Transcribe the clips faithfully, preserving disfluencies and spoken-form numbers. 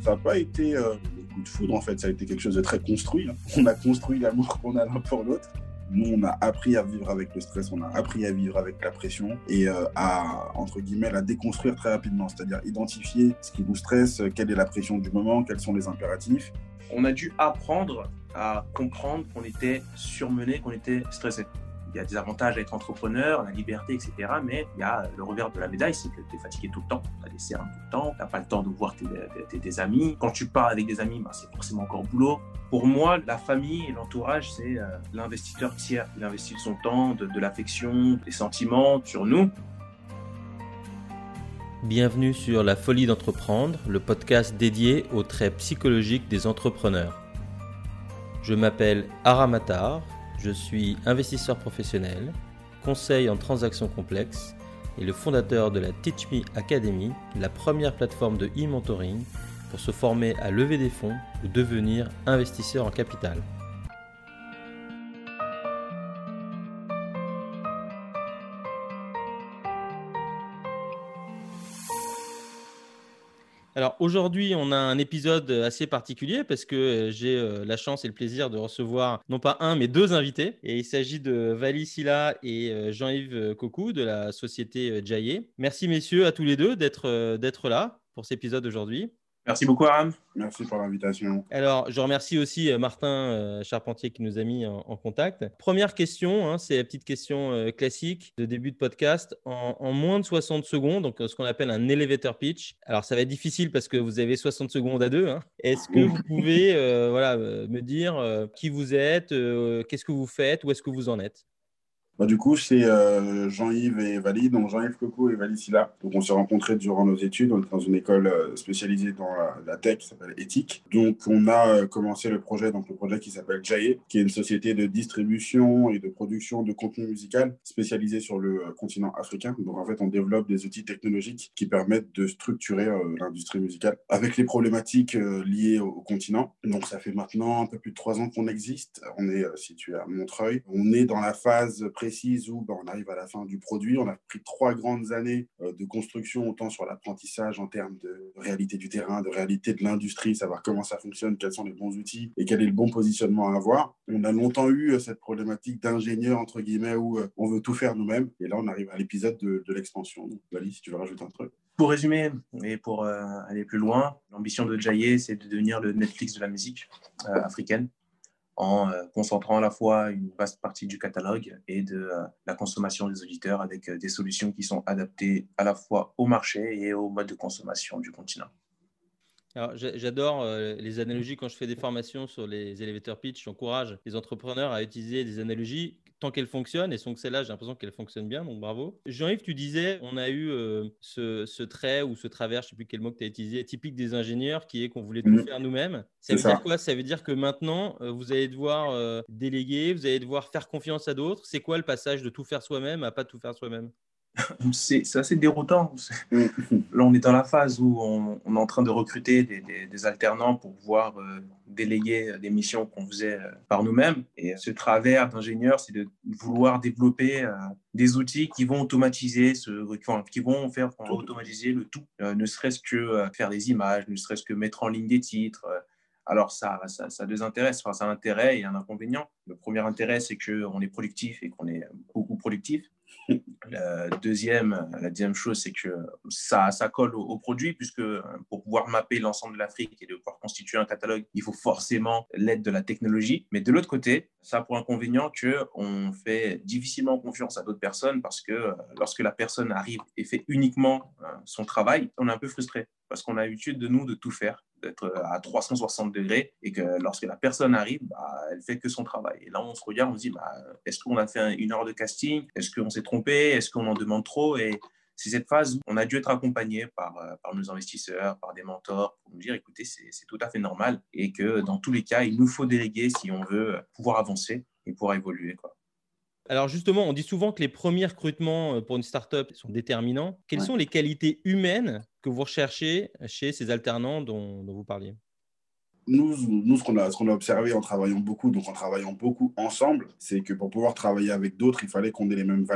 Ça n'a pas été euh, le coup de foudre, en fait, ça a été quelque chose de très construit. Hein. On a construit l'amour qu'on a l'un pour l'autre. Nous, on a appris à vivre avec le stress, on a appris à vivre avec la pression et euh, à, entre guillemets, la déconstruire très rapidement. C'est-à-dire identifier ce qui nous stresse, quelle est la pression du moment, quels sont les impératifs. On a dû apprendre à comprendre qu'on était surmené, qu'on était stressé. Il y a des avantages à être entrepreneur, la liberté, et cetera. Mais il y a le revers de la médaille, c'est que tu es fatigué tout le temps. Tu as des cernes tout le temps, tu n'as pas le temps de voir tes, tes, tes amis. Quand tu pars avec des amis, bah, c'est forcément encore boulot. Pour moi, la famille et l'entourage, c'est euh, l'investisseur tiers. Il investit de son temps, de, de l'affection, des sentiments sur nous. Bienvenue sur La Folie d'entreprendre, le podcast dédié aux traits psychologiques des entrepreneurs. Je m'appelle Aram Attar. Je suis investisseur professionnel, conseil en transactions complexes et le fondateur de la Teach Me Academy, la première plateforme de e-mentoring pour se former à lever des fonds ou devenir investisseur en capital. Alors aujourd'hui, on a un épisode assez particulier parce que j'ai la chance et le plaisir de recevoir non pas un mais deux invités. Et il s'agit de Vali Silla et Jean-Yves Cocou de la société Jaye. Merci messieurs à tous les deux d'être, d'être là pour cet épisode aujourd'hui. Merci beaucoup Aram. Merci pour l'invitation. Alors, je remercie aussi Martin euh, Charpentier qui nous a mis en, en contact. Première question, hein, c'est la petite question euh, classique de début de podcast. En, en moins de soixante secondes, donc ce qu'on appelle un elevator pitch. Alors, ça va être difficile parce que vous avez soixante secondes à deux. Hein. Est-ce que vous pouvez euh, voilà, me dire euh, qui vous êtes, euh, qu'est-ce que vous faites, où est-ce que vous en êtes ? Bah, du coup, c'est euh, Jean-Yves et Vali, donc Jean-Yves Cocou et Vali Silla. Donc, on s'est rencontrés durant nos études. On est dans une école euh, spécialisée dans la, la tech qui s'appelle Ethique. Donc, on a euh, commencé le projet, donc le projet qui s'appelle Jaye, qui est une société de distribution et de production de contenu musical spécialisée sur le euh, continent africain. Donc, en fait, on développe des outils technologiques qui permettent de structurer euh, l'industrie musicale avec les problématiques euh, liées au, au continent. Donc, ça fait maintenant un peu plus de trois ans qu'on existe. On est euh, situé à Montreuil. On est dans la phase précise où ben, on arrive à la fin du produit. On a pris trois grandes années euh, de construction, autant sur l'apprentissage en termes de réalité du terrain, de réalité de l'industrie, savoir comment ça fonctionne, quels sont les bons outils et quel est le bon positionnement à avoir. On a longtemps eu euh, cette problématique d'ingénieur, entre guillemets, où euh, on veut tout faire nous-mêmes. Et là, on arrive à l'épisode de, de l'expansion. Donc, Vali, si tu veux rajouter un truc. Pour résumer et pour euh, aller plus loin, l'ambition de Jaye, c'est de devenir le Netflix de la musique euh, africaine, en euh, concentrant à la fois une vaste partie du catalogue et de euh, la consommation des auditeurs avec euh, des solutions qui sont adaptées à la fois au marché et au mode de consommation du continent. Alors, j'adore euh, les analogies. Quand je fais des formations sur les elevator pitch, j'encourage les entrepreneurs à utiliser des analogies tant qu'elles fonctionnent. Et donc celle-là, j'ai l'impression qu'elle fonctionne bien, donc bravo. Jean-Yves, tu disais, on a eu euh, ce, ce trait ou ce travers, je ne sais plus quel mot que tu as utilisé, typique des ingénieurs, qui est qu'on voulait tout Mmh. faire nous-mêmes. Ça C'est veut ça. dire quoi? Ça veut dire que maintenant, euh, vous allez devoir euh, déléguer, vous allez devoir faire confiance à d'autres. C'est quoi le passage de tout faire soi-même à pas tout faire soi-même? C'est, c'est assez déroutant. Là, on est dans la phase où on, on est en train de recruter des, des, des alternants pour pouvoir euh, déléguer des missions qu'on faisait euh, par nous-mêmes. Et ce travers d'ingénieur, c'est de vouloir développer euh, des outils qui vont automatiser, ce, qui vont faire automatiser le tout, euh, ne serait-ce que euh, faire des images, ne serait-ce que mettre en ligne des titres. Euh, alors, ça, ça, ça désintéresse. Enfin, ça a un intérêt et un inconvénient. Le premier intérêt, c'est qu'on est productif et qu'on est beaucoup productif. La deuxième, la deuxième chose, c'est que ça, ça colle au, au produit, puisque pour pouvoir mapper l'ensemble de l'Afrique et de pouvoir constituer un catalogue, il faut forcément l'aide de la technologie. Mais de l'autre côté, ça a pour inconvénient qu'on fait difficilement confiance à d'autres personnes, parce que lorsque la personne arrive et fait uniquement son travail, on est un peu frustré, parce qu'on a l'habitude de nous de tout faire, d'être à trois cent soixante degrés, et que lorsque la personne arrive, bah, elle fait que son travail. Et là, on se regarde, on se dit, bah, est-ce qu'on a fait une heure de casting? Est-ce qu'on s'est trompé? Est-ce qu'on en demande trop? Et c'est cette phase où on a dû être accompagné par, par nos investisseurs, par des mentors, pour nous dire, écoutez, c'est, c'est tout à fait normal, et que dans tous les cas, il nous faut déléguer si on veut pouvoir avancer et pouvoir évoluer, quoi. Alors justement, on dit souvent que les premiers recrutements pour une startup sont déterminants. Quelles Ouais. sont les qualités humaines que vous recherchez chez ces alternants dont, dont vous parliez? Nous, nous ce qu'on a, ce qu'on a observé en travaillant beaucoup, donc en travaillant beaucoup ensemble, c'est que pour pouvoir travailler avec d'autres, il fallait qu'on ait les mêmes valeurs.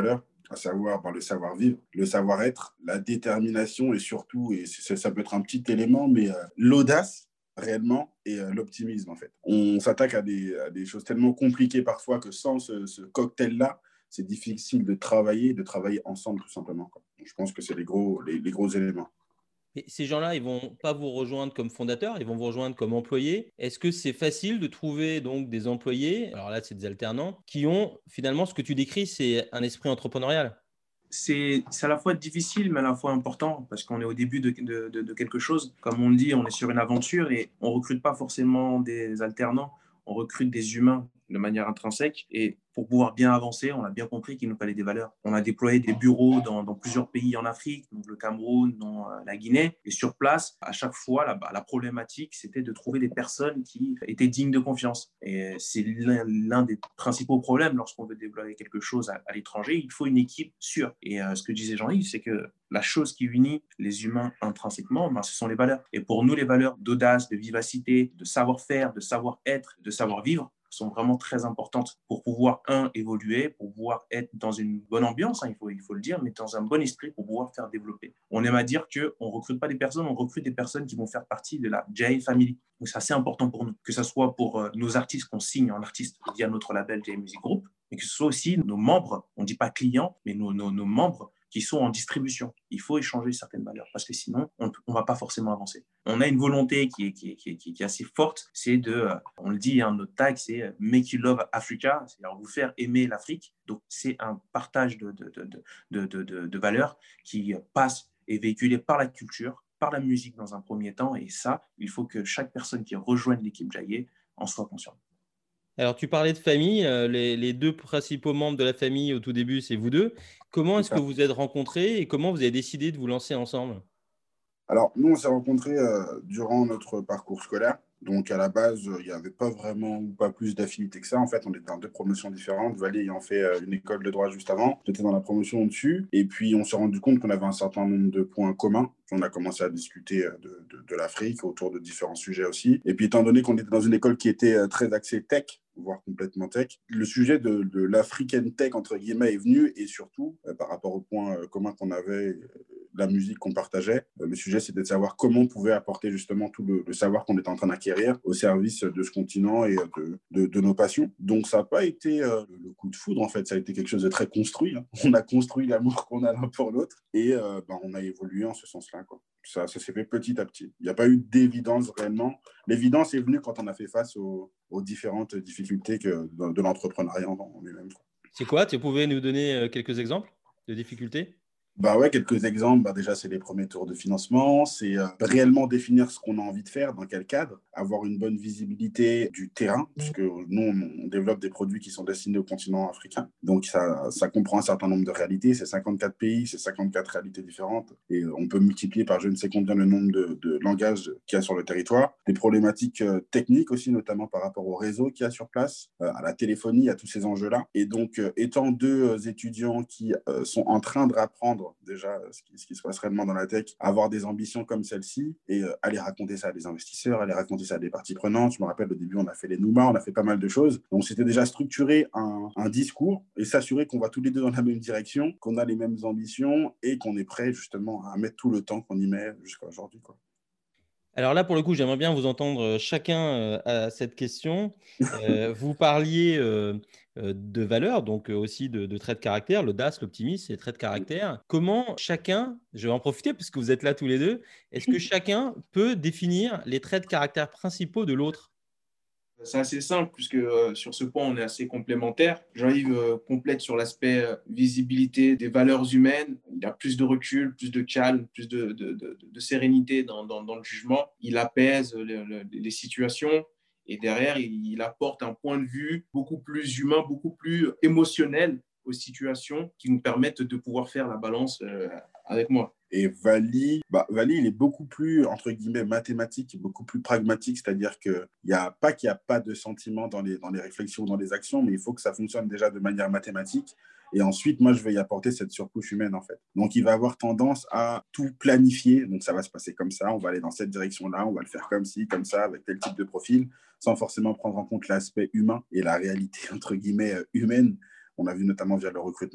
à savoir ben, le savoir-vivre, le savoir-être, la détermination et surtout, et ça, ça peut être un petit élément, mais euh, l'audace réellement et euh, l'optimisme en fait. On s'attaque à des, à des choses tellement compliquées parfois que sans ce, ce cocktail-là, c'est difficile de travailler, de travailler ensemble tout simplement, quoi. Je pense que c'est les gros, les, les gros éléments. Et ces gens-là, ils ne vont pas vous rejoindre comme fondateur, ils vont vous rejoindre comme employé. Est-ce que c'est facile de trouver donc des employés, alors là, c'est des alternants, qui ont finalement ce que tu décris, c'est un esprit entrepreneurial? C'est, c'est à la fois difficile, mais à la fois important, parce qu'on est au début de, de, de, de quelque chose. Comme on le dit, on est sur une aventure et on ne recrute pas forcément des alternants, on recrute des humains de manière intrinsèque. Et pour pouvoir bien avancer, on a bien compris qu'il nous fallait des valeurs. On a déployé des bureaux dans, dans plusieurs pays en Afrique, donc le Cameroun, dans euh, la Guinée. Et sur place, à chaque fois, la, la problématique, c'était de trouver des personnes qui étaient dignes de confiance. Et c'est l'un, l'un des principaux problèmes lorsqu'on veut déployer quelque chose à, à l'étranger. Il faut une équipe sûre. Et euh, ce que disait Jean-Yves, c'est que la chose qui unit les humains intrinsèquement, ben, ce sont les valeurs. Et pour nous, les valeurs d'audace, de vivacité, de savoir-faire, de savoir-être, de savoir-vivre, sont vraiment très importantes pour pouvoir, un, évoluer, pour pouvoir être dans une bonne ambiance, hein, il faut, il faut le dire, mais dans un bon esprit pour pouvoir faire développer. On aime à dire qu'on ne recrute pas des personnes, on recrute des personnes qui vont faire partie de la J A Family. Donc, c'est assez important pour nous, que ce soit pour euh, nos artistes qu'on signe en artiste via notre label J A Music Group, mais que ce soit aussi nos membres, on ne dit pas clients, mais nos, nos, nos membres qui sont en distribution. Il faut échanger certaines valeurs parce que sinon, on ne va pas forcément avancer. On a une volonté qui est, qui est, qui est, qui est assez forte, c'est de, euh, on le dit, hein, notre tag, c'est « Make you love Africa », c'est-à-dire vous faire aimer l'Afrique. Donc, c'est un partage de, de, de, de, de, de, de valeurs qui passe et est véhiculé par la culture, par la musique dans un premier temps. Et ça, il faut que chaque personne qui rejoigne l'équipe J A en soit consciente. Alors, tu parlais de famille. Euh, les, les deux principaux membres de la famille au tout début, c'est vous deux. Comment est-ce que vous êtes rencontrés et comment vous avez décidé de vous lancer ensemble? Alors, nous, on s'est rencontrés euh, durant notre parcours scolaire. Donc, à la base, il n'y avait pas vraiment ou pas plus d'affinité que ça. En fait, on était dans deux promotions différentes. Valérie ayant fait euh, une école de droit juste avant. J'étais dans la promotion au-dessus. Et puis, on s'est rendu compte qu'on avait un certain nombre de points communs. On a commencé à discuter de, de, de l'Afrique autour de différents sujets aussi. Et puis, étant donné qu'on était dans une école qui était euh, très axée tech, voire complètement tech, le sujet de, de l'African tech, entre guillemets, est venu. Et surtout, euh, par rapport aux points euh, communs qu'on avait, euh, la musique qu'on partageait, euh, le sujet, c'était de savoir comment on pouvait apporter justement tout le, le savoir qu'on était en train d'acquérir au service de ce continent et de, de, de nos passions. Donc, ça n'a pas été euh, le coup de foudre, en fait. Ça a été quelque chose de très construit. Hein. On a construit l'amour qu'on a l'un pour l'autre et euh, ben, on a évolué en ce sens-là, quoi. Ça, ça s'est fait petit à petit. Il n'y a pas eu d'évidence réellement. L'évidence est venue quand on a fait face aux, aux différentes difficultés que, de, de l'entrepreneuriat en lui-même. C'est quoi? Tu pouvais nous donner quelques exemples de difficultés? Bah ouais, quelques exemples. Bah déjà, c'est les premiers tours de financement. C'est euh, réellement définir ce qu'on a envie de faire, dans quel cadre, avoir une bonne visibilité du terrain, puisque nous, on, on développe des produits qui sont destinés au continent africain. Donc, ça, ça comprend un certain nombre de réalités. C'est cinquante-quatre pays, c'est cinquante-quatre réalités différentes. Et euh, on peut multiplier par je ne sais combien le nombre de, de langages qu'il y a sur le territoire. Des problématiques euh, techniques aussi, notamment par rapport au réseau qu'il y a sur place, euh, à la téléphonie, à tous ces enjeux-là. Et donc, euh, étant deux euh, étudiants qui euh, sont en train de apprendre déjà ce qui, ce qui se passe réellement dans la tech, avoir des ambitions comme celle-ci et euh, aller raconter ça à des investisseurs, aller raconter ça à des parties prenantes. Je me rappelle, au début, on a fait les Nouma, on a fait pas mal de choses. Donc, c'était déjà structurer un, un discours et s'assurer qu'on va tous les deux dans la même direction, qu'on a les mêmes ambitions et qu'on est prêt justement à mettre tout le temps qu'on y met jusqu'à aujourd'hui, quoi. Alors là, pour le coup, j'aimerais bien vous entendre chacun à cette question. Euh, vous parliez euh, de valeurs, donc aussi de, de traits de caractère, l'audace, l'optimisme, les traits de caractère. Comment chacun, je vais en profiter puisque vous êtes là tous les deux, est-ce que chacun peut définir les traits de caractère principaux de l'autre? C'est assez simple puisque euh, sur ce point, on est assez complémentaires. Jean-Yves euh, complète sur l'aspect euh, visibilité des valeurs humaines. Il a plus de recul, plus de calme, plus de, de, de, de sérénité dans, dans, dans le jugement. Il apaise le, le, les situations et derrière, il, il apporte un point de vue beaucoup plus humain, beaucoup plus émotionnel aux situations qui nous permettent de pouvoir faire la balance euh, avec moi. Et Vali, bah, Vali, il est beaucoup plus, entre guillemets, mathématique, beaucoup plus pragmatique, c'est-à-dire qu'il n'y a pas qu'il n'y a pas de sentiments dans les, dans les réflexions ou dans les actions, mais il faut que ça fonctionne déjà de manière mathématique. Et ensuite, moi, je vais y apporter cette surcouche humaine, en fait. Donc, il va avoir tendance à tout planifier. Donc, ça va se passer comme ça, on va aller dans cette direction-là, on va le faire comme ci, comme ça, avec tel type de profil, sans forcément prendre en compte l'aspect humain et la réalité, entre guillemets, humaine. On a vu notamment via le recrutement.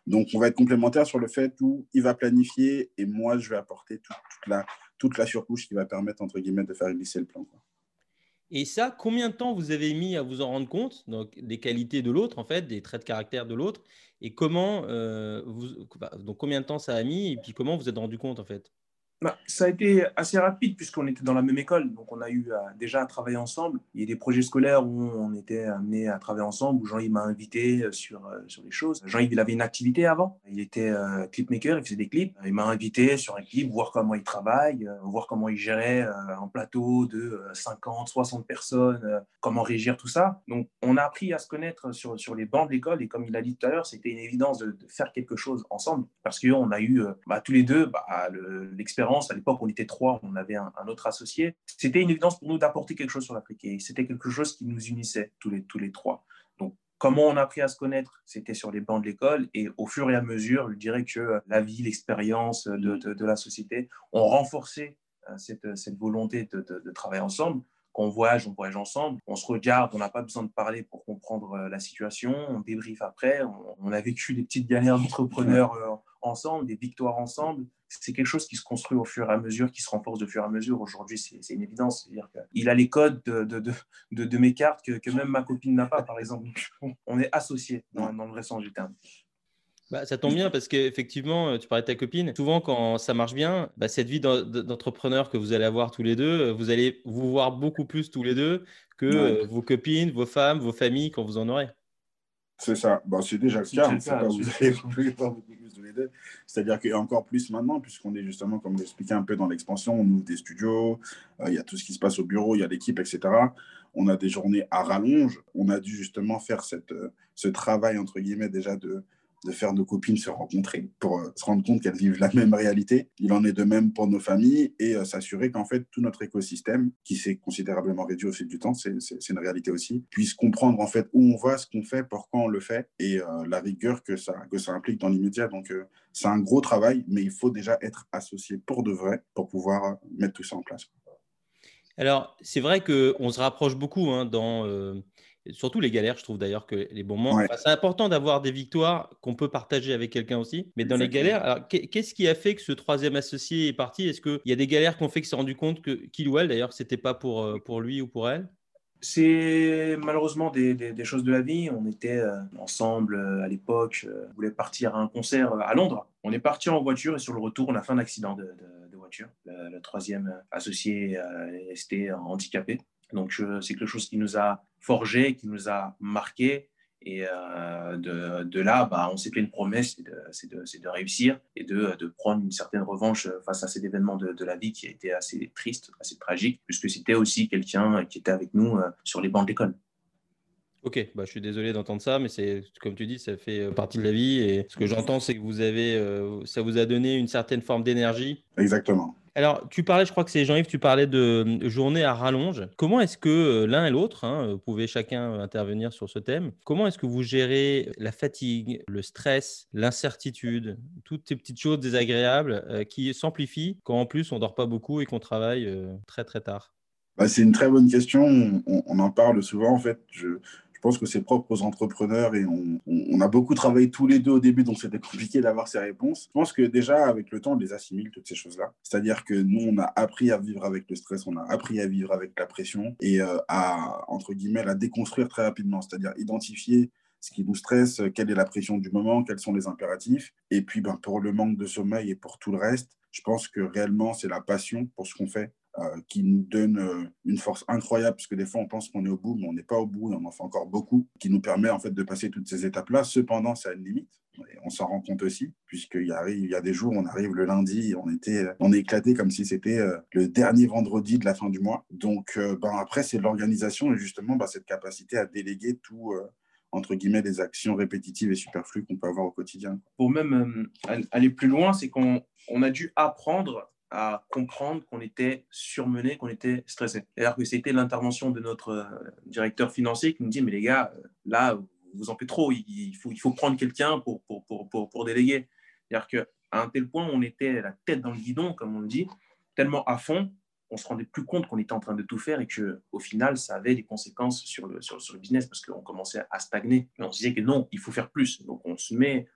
Donc, on va être complémentaires sur le fait où il va planifier et moi, je vais apporter tout, toute, la, toute la surcouche qui va permettre, entre guillemets, de faire glisser le plan, quoi. Et ça, combien de temps vous avez mis à vous en rendre compte, donc des qualités de l'autre, en fait, des traits de caractère de l'autre, et comment euh, vous, donc combien de temps ça a mis, et puis comment vous êtes rendu compte, en fait? Bah, ça a été assez rapide puisqu'on était dans la même école. Donc, on a eu à, déjà à travailler ensemble. Il y a des projets scolaires où on était amené à travailler ensemble, où Jean-Yves m'a invité sur, euh, sur les choses. Jean-Yves, il avait une activité avant. Il était euh, clipmaker, il faisait des clips. Il m'a invité sur un clip, voir comment il travaille, euh, voir comment il gérait euh, un plateau de euh, cinquante, soixante personnes, euh, comment régir tout ça. Donc, on a appris à se connaître sur, sur les bancs de l'école. Et comme il a dit tout à l'heure, c'était une évidence de, de faire quelque chose ensemble parce qu'on a eu euh, bah, tous les deux bah, le, l'expérience. À l'époque, on était trois, on avait un, un autre associé. C'était une évidence pour nous d'apporter quelque chose sur l'Afrique. Et c'était quelque chose qui nous unissait tous les, tous les trois. Donc, comment on a appris à se connaître? C'était sur les bancs de l'école. Et au fur et à mesure, je dirais que la vie, l'expérience de, de, de la société ont renforcé cette, cette volonté de, de, de travailler ensemble. Quand on voyage, on voyage ensemble, on se regarde, on n'a pas besoin de parler pour comprendre la situation, on débriefe après, on, on a vécu des petites galères d'entrepreneurs euh, ensemble, des victoires ensemble. C'est quelque chose qui se construit au fur et à mesure, qui se renforce au fur et à mesure. Aujourd'hui, c'est, c'est une évidence. C'est-à-dire qu'il a les codes de, de, de, de, de mes cartes que, que même ma copine n'a pas, par exemple. On est associés dans, dans le vrai sens du terme. Bah, ça tombe bien parce qu'effectivement, tu parlais de ta copine. Souvent, quand ça marche bien, bah, cette vie d'entrepreneur que vous allez avoir tous les deux, vous allez vous voir beaucoup plus tous les deux que ouais. euh, vos copines, vos femmes, vos familles quand vous en aurez. C'est ça. Bon, c'est déjà le cas. Hein. C'est pas, vous allez pas beaucoup plus tous les deux. C'est-à-dire qu'il y a encore plus maintenant, puisqu'on est justement, comme vous l'expliquez un peu dans l'expansion, on ouvre des studios, euh, il y a tout ce qui se passe au bureau, il y a l'équipe, et cetera. On a des journées à rallonge. On a dû justement faire cette, euh, ce travail, entre guillemets, déjà de, de faire nos copines se rencontrer pour euh, se rendre compte qu'elles vivent la même réalité. Il en est de même pour nos familles et euh, s'assurer qu'en fait, tout notre écosystème, qui s'est considérablement réduit au fil du temps, c'est, c'est, c'est une réalité aussi, puisse comprendre en fait où on va, ce qu'on fait, pourquoi on le fait et euh, la rigueur que ça, que ça implique dans l'immédiat. Donc, euh, c'est un gros travail, mais il faut déjà être associé pour de vrai pour pouvoir euh, mettre tout ça en place. Alors, c'est vrai qu'on se rapproche beaucoup hein, dans... Euh... Surtout les galères, je trouve d'ailleurs que les bons moments. Ouais. Enfin, c'est important d'avoir des victoires qu'on peut partager avec quelqu'un aussi. Mais dans Exactement. Les galères, alors, qu'est-ce qui a fait que ce troisième associé est parti? Est-ce qu'il y a des galères qu'on fait qu'il s'est rendu compte que, qu'il ou elle, d'ailleurs, que ce n'était pas pour, pour lui ou pour elle? C'est malheureusement des, des, des choses de la vie. On était euh, ensemble euh, à l'époque. Euh, on voulait partir à un concert euh, à Londres. On est parti en voiture et sur le retour, on a fait un accident de, de, de voiture. Le, le troisième associé euh, est resté handicapé. Donc, euh, c'est quelque chose qui nous a forgé, qui nous a marqué. Et euh, de, de là, bah, on s'est fait une promesse, c'est de, c'est de, c'est de réussir et de, de prendre une certaine revanche face à cet événement de, de la vie qui a été assez triste, assez tragique, puisque c'était aussi quelqu'un qui était avec nous euh, sur les bancs de l'école. Ok, bah, je suis désolé d'entendre ça, mais c'est comme tu dis, ça fait partie de la vie. Et ce que j'entends, c'est que vous avez, euh, ça vous a donné une certaine forme d'énergie. Exactement. Alors, tu parlais, je crois que c'est Jean-Yves, tu parlais de journée à rallonge. Comment est-ce que l'un et l'autre, hein, vous pouvez chacun intervenir sur ce thème, comment est-ce que vous gérez la fatigue, le stress, l'incertitude, toutes ces petites choses désagréables euh, qui s'amplifient quand en plus on ne dort pas beaucoup et qu'on travaille euh, très très tard? Bah, c'est une très bonne question. On, on en parle souvent. En fait, je, je pense que c'est propre aux entrepreneurs et on, on, on a beaucoup travaillé tous les deux au début, donc c'était compliqué d'avoir ces réponses. Je pense que déjà, avec le temps, on les assimile, toutes ces choses-là. C'est-à-dire que nous, on a appris à vivre avec le stress, on a appris à vivre avec la pression et euh, à, entre guillemets, la déconstruire très rapidement. C'est-à-dire identifier ce qui nous stresse, quelle est la pression du moment, quels sont les impératifs. Et puis, ben, pour le manque de sommeil et pour tout le reste, je pense que réellement, c'est la passion pour ce qu'on fait. Euh, qui nous donne euh, une force incroyable, parce que des fois, on pense qu'on est au bout, mais on n'est pas au bout, et on en fait encore beaucoup, qui nous permet en fait de passer toutes ces étapes-là. Cependant, ça a une limite. Et on s'en rend compte aussi, puisqu'il y a, il y a des jours où on arrive le lundi, et on, était, on est éclaté comme si c'était euh, le dernier vendredi de la fin du mois. Donc, euh, ben, après, c'est l'organisation et justement ben, cette capacité à déléguer tout, euh, entre guillemets, les actions répétitives et superflues qu'on peut avoir au quotidien. Pour même euh, aller plus loin, c'est qu'on on a dû apprendre à comprendre qu'on était surmené, qu'on était stressé. C'est-à-dire que c'était l'intervention de notre euh, directeur financier qui nous dit « Mais les gars, là, vous en faites trop, il faut, il faut prendre quelqu'un pour, pour, pour, pour, pour déléguer. » C'est-à-dire qu'à un tel point, on était la tête dans le guidon, comme on le dit, tellement à fond, on ne se rendait plus compte qu'on était en train de tout faire et qu'au final, ça avait des conséquences sur le, sur, sur le business parce qu'on commençait à stagner. Et on se disait que non, il faut faire plus. Donc, on se met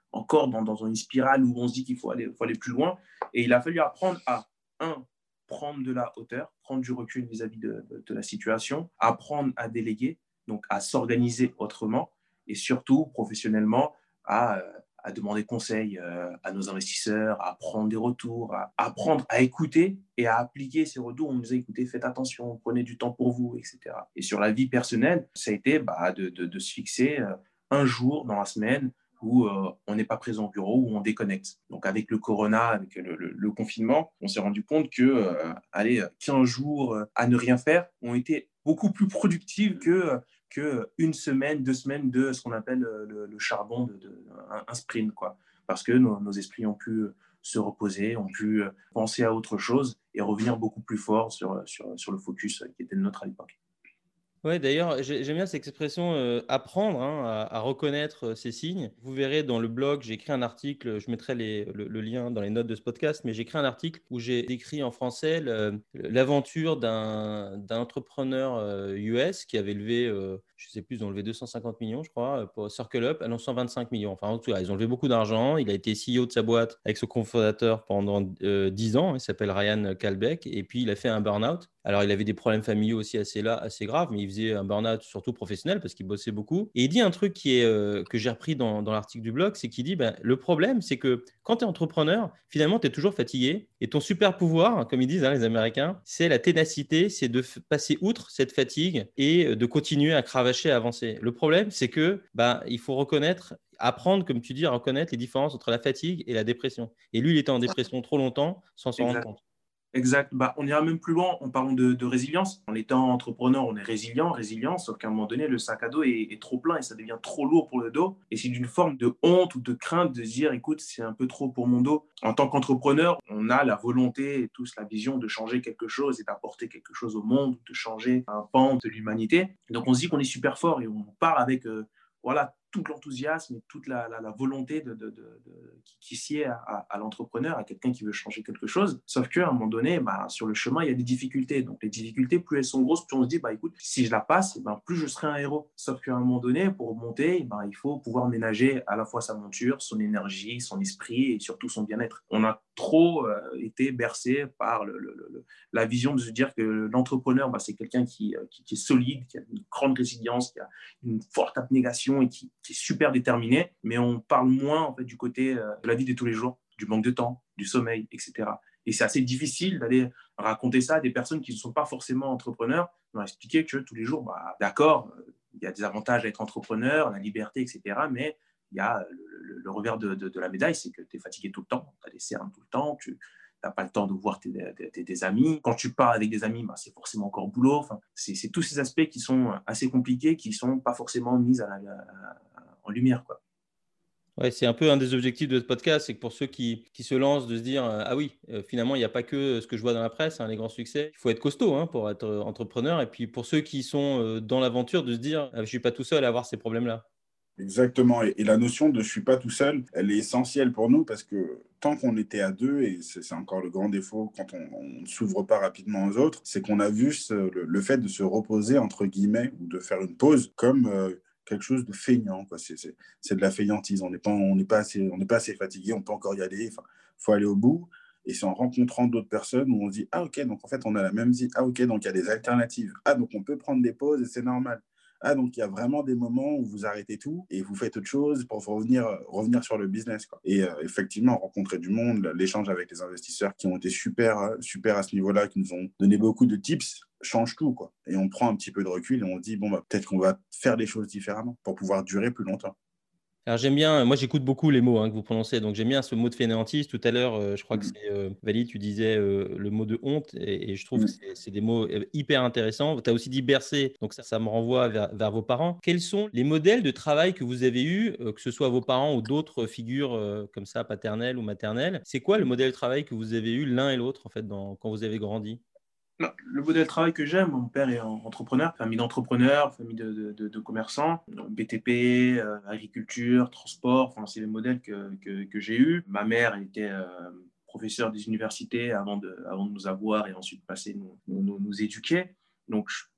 encore dans, dans une spirale où on se dit qu'il faut aller, faut aller plus loin. Et il a fallu apprendre à, un, prendre de la hauteur, prendre du recul vis-à-vis de, de, de la situation, apprendre à déléguer, donc à s'organiser autrement, et surtout, professionnellement, à, à demander conseil euh, à nos investisseurs, à prendre des retours, à apprendre à écouter et à appliquer ces retours. On nous a écouté, faites attention, prenez du temps pour vous, et cetera. Et sur la vie personnelle, ça a été bah, de, de, de se fixer euh, un jour dans la semaine où euh, on n'est pas présent au bureau, où on déconnecte. Donc avec le corona, avec le, le, le confinement, on s'est rendu compte que euh, allez, quinze jours euh, à ne rien faire ont été beaucoup plus productifs que, que une semaine, deux semaines de ce qu'on appelle le, le charbon, de, de, un, un sprint, quoi. Parce que nos, nos esprits ont pu se reposer, ont pu penser à autre chose et revenir beaucoup plus fort sur, sur, sur le focus qui était le nôtre à l'époque. Ouais, d'ailleurs, j'aime bien cette expression euh, apprendre hein, à, à reconnaître euh, ces signes. Vous verrez dans le blog, j'ai écrit un article, je mettrai les, le, le lien dans les notes de ce podcast, mais j'ai écrit un article où j'ai décrit en français le, l'aventure d'un, d'un entrepreneur euh, U S qui avait levé, euh, je ne sais plus, ils ont levé deux cent cinquante millions, je crois, pour Circle Up, ah non, cent vingt-cinq millions. Enfin, en tout cas, ils ont levé beaucoup d'argent. Il a été C E O de sa boîte avec son cofondateur pendant euh, dix ans. Il s'appelle Ryan Kalbeck et puis il a fait un burn-out. Alors, il avait des problèmes familiaux aussi assez, là, assez graves, mais il faisait un burn-out surtout professionnel parce qu'il bossait beaucoup. Et il dit un truc qui est, euh, que j'ai repris dans, dans l'article du blog, c'est qu'il dit ben, le problème, c'est que quand tu es entrepreneur, finalement, tu es toujours fatigué. Et ton super pouvoir, comme ils disent hein, les Américains, c'est la ténacité, c'est de f- passer outre cette fatigue et de continuer à cravacher, à avancer. Le problème, c'est que ben, il faut reconnaître apprendre, comme tu dis, à reconnaître les différences entre la fatigue et la dépression. Et lui, il était en dépression trop longtemps sans s'en rendre compte. Exact. Bah, on ira même plus loin en parlant de, de résilience. En étant entrepreneur, on est résilient, résilient, sauf qu'à un moment donné, le sac à dos est, est trop plein et ça devient trop lourd pour le dos. Et c'est d'une forme de honte ou de crainte de se dire, écoute, c'est un peu trop pour mon dos. En tant qu'entrepreneur, on a la volonté et tous la vision de changer quelque chose et d'apporter quelque chose au monde, de changer un pan de l'humanité. Donc on se dit qu'on est super fort et on part avec euh, voilà, tout l'enthousiasme et toute la, la, la volonté de, de, de, de, qui, qui sied à, à, à l'entrepreneur, à quelqu'un qui veut changer quelque chose. Sauf qu'à un moment donné, bah, sur le chemin, il y a des difficultés. Donc les difficultés, plus elles sont grosses, plus on se dit, bah, écoute, si je la passe, bah, plus je serai un héros. Sauf qu'à un moment donné, pour monter, bah, il faut pouvoir ménager à la fois sa monture, son énergie, son esprit et surtout son bien-être. On a trop euh, été bercé par le, le, le, la vision de se dire que l'entrepreneur, bah, c'est quelqu'un qui, qui, qui est solide, qui a une grande résilience, qui a une forte abnégation et qui, qui est super déterminé, mais on parle moins en fait, du côté euh, de la vie de tous les jours, du manque de temps, du sommeil, et cetera. Et c'est assez difficile d'aller raconter ça à des personnes qui ne sont pas forcément entrepreneurs, leur expliquer que tous les jours, bah, d'accord, il y a des avantages à être entrepreneur, la liberté, et cetera, mais il y a le, le, le revers de, de, de la médaille, c'est que tu es fatigué tout le temps, tu as des cernes tout le temps, tu n'as pas le temps de voir tes, tes, tes amis. Quand tu pars avec des amis, bah, c'est forcément encore boulot. Enfin, c'est, c'est tous ces aspects qui sont assez compliqués, qui ne sont pas forcément mis à la, à, en lumière, quoi. Ouais, c'est un peu un des objectifs de ce podcast, c'est que pour ceux qui, qui se lancent, de se dire euh, ah oui, euh, finalement, il n'y a pas que ce que je vois dans la presse, hein, les grands succès. Il faut être costaud hein, pour être euh, entrepreneur. Et puis pour ceux qui sont euh, dans l'aventure, de se dire ah, je ne suis pas tout seul à avoir ces problèmes-là. Exactement. Et, et la notion de je suis pas tout seul, elle est essentielle pour nous parce que tant qu'on était à deux, et c'est, c'est encore le grand défaut quand on ne s'ouvre pas rapidement aux autres, c'est qu'on a vu ce, le, le fait de se reposer, entre guillemets, ou de faire une pause comme euh, quelque chose de feignant, quoi. C'est, c'est, c'est de la feignantise. On n'est pas, on n'est pas assez, on n'est pas assez fatigué, on peut encore y aller. Enfin, faut aller au bout. Et c'est en rencontrant d'autres personnes où on se dit ah ok, donc en fait on a la même vie. Ah ok, donc il y a des alternatives. Ah donc on peut prendre des pauses et c'est normal. Ah, donc il y a vraiment des moments où vous arrêtez tout et vous faites autre chose pour revenir, revenir sur le business, quoi. Et euh, effectivement, rencontrer du monde, l'échange avec les investisseurs qui ont été super, super à ce niveau-là, qui nous ont donné beaucoup de tips, change tout, quoi. Et on prend un petit peu de recul et on dit, bon, bah, peut-être qu'on va faire les choses différemment pour pouvoir durer plus longtemps. Alors j'aime bien, moi j'écoute beaucoup les mots hein, que vous prononcez, donc j'aime bien ce mot de fainéantise. Tout à l'heure, euh, je crois que Mmh. c'est euh, Valérie, tu disais euh, le mot de honte, et, et je trouve Mmh. que c'est, c'est des mots euh, hyper intéressants. Tu as aussi dit bercer, donc ça, ça me renvoie vers, vers vos parents. Quels sont les modèles de travail que vous avez eus, euh, que ce soit vos parents ou d'autres figures euh, comme ça, paternelles ou maternelles? C'est quoi le modèle de travail que vous avez eu l'un et l'autre en fait dans, quand vous avez grandi? Non, le modèle de travail que j'aime, mon père est entrepreneur, famille d'entrepreneurs, famille de, de, de, de commerçants, B T P, euh, agriculture, transport, enfin, c'est les modèles que, que, que j'ai eus. Ma mère, elle était euh, professeure des universités avant de, avant de nous avoir et ensuite passer nous, nous, nous, nous éduquer. Donc,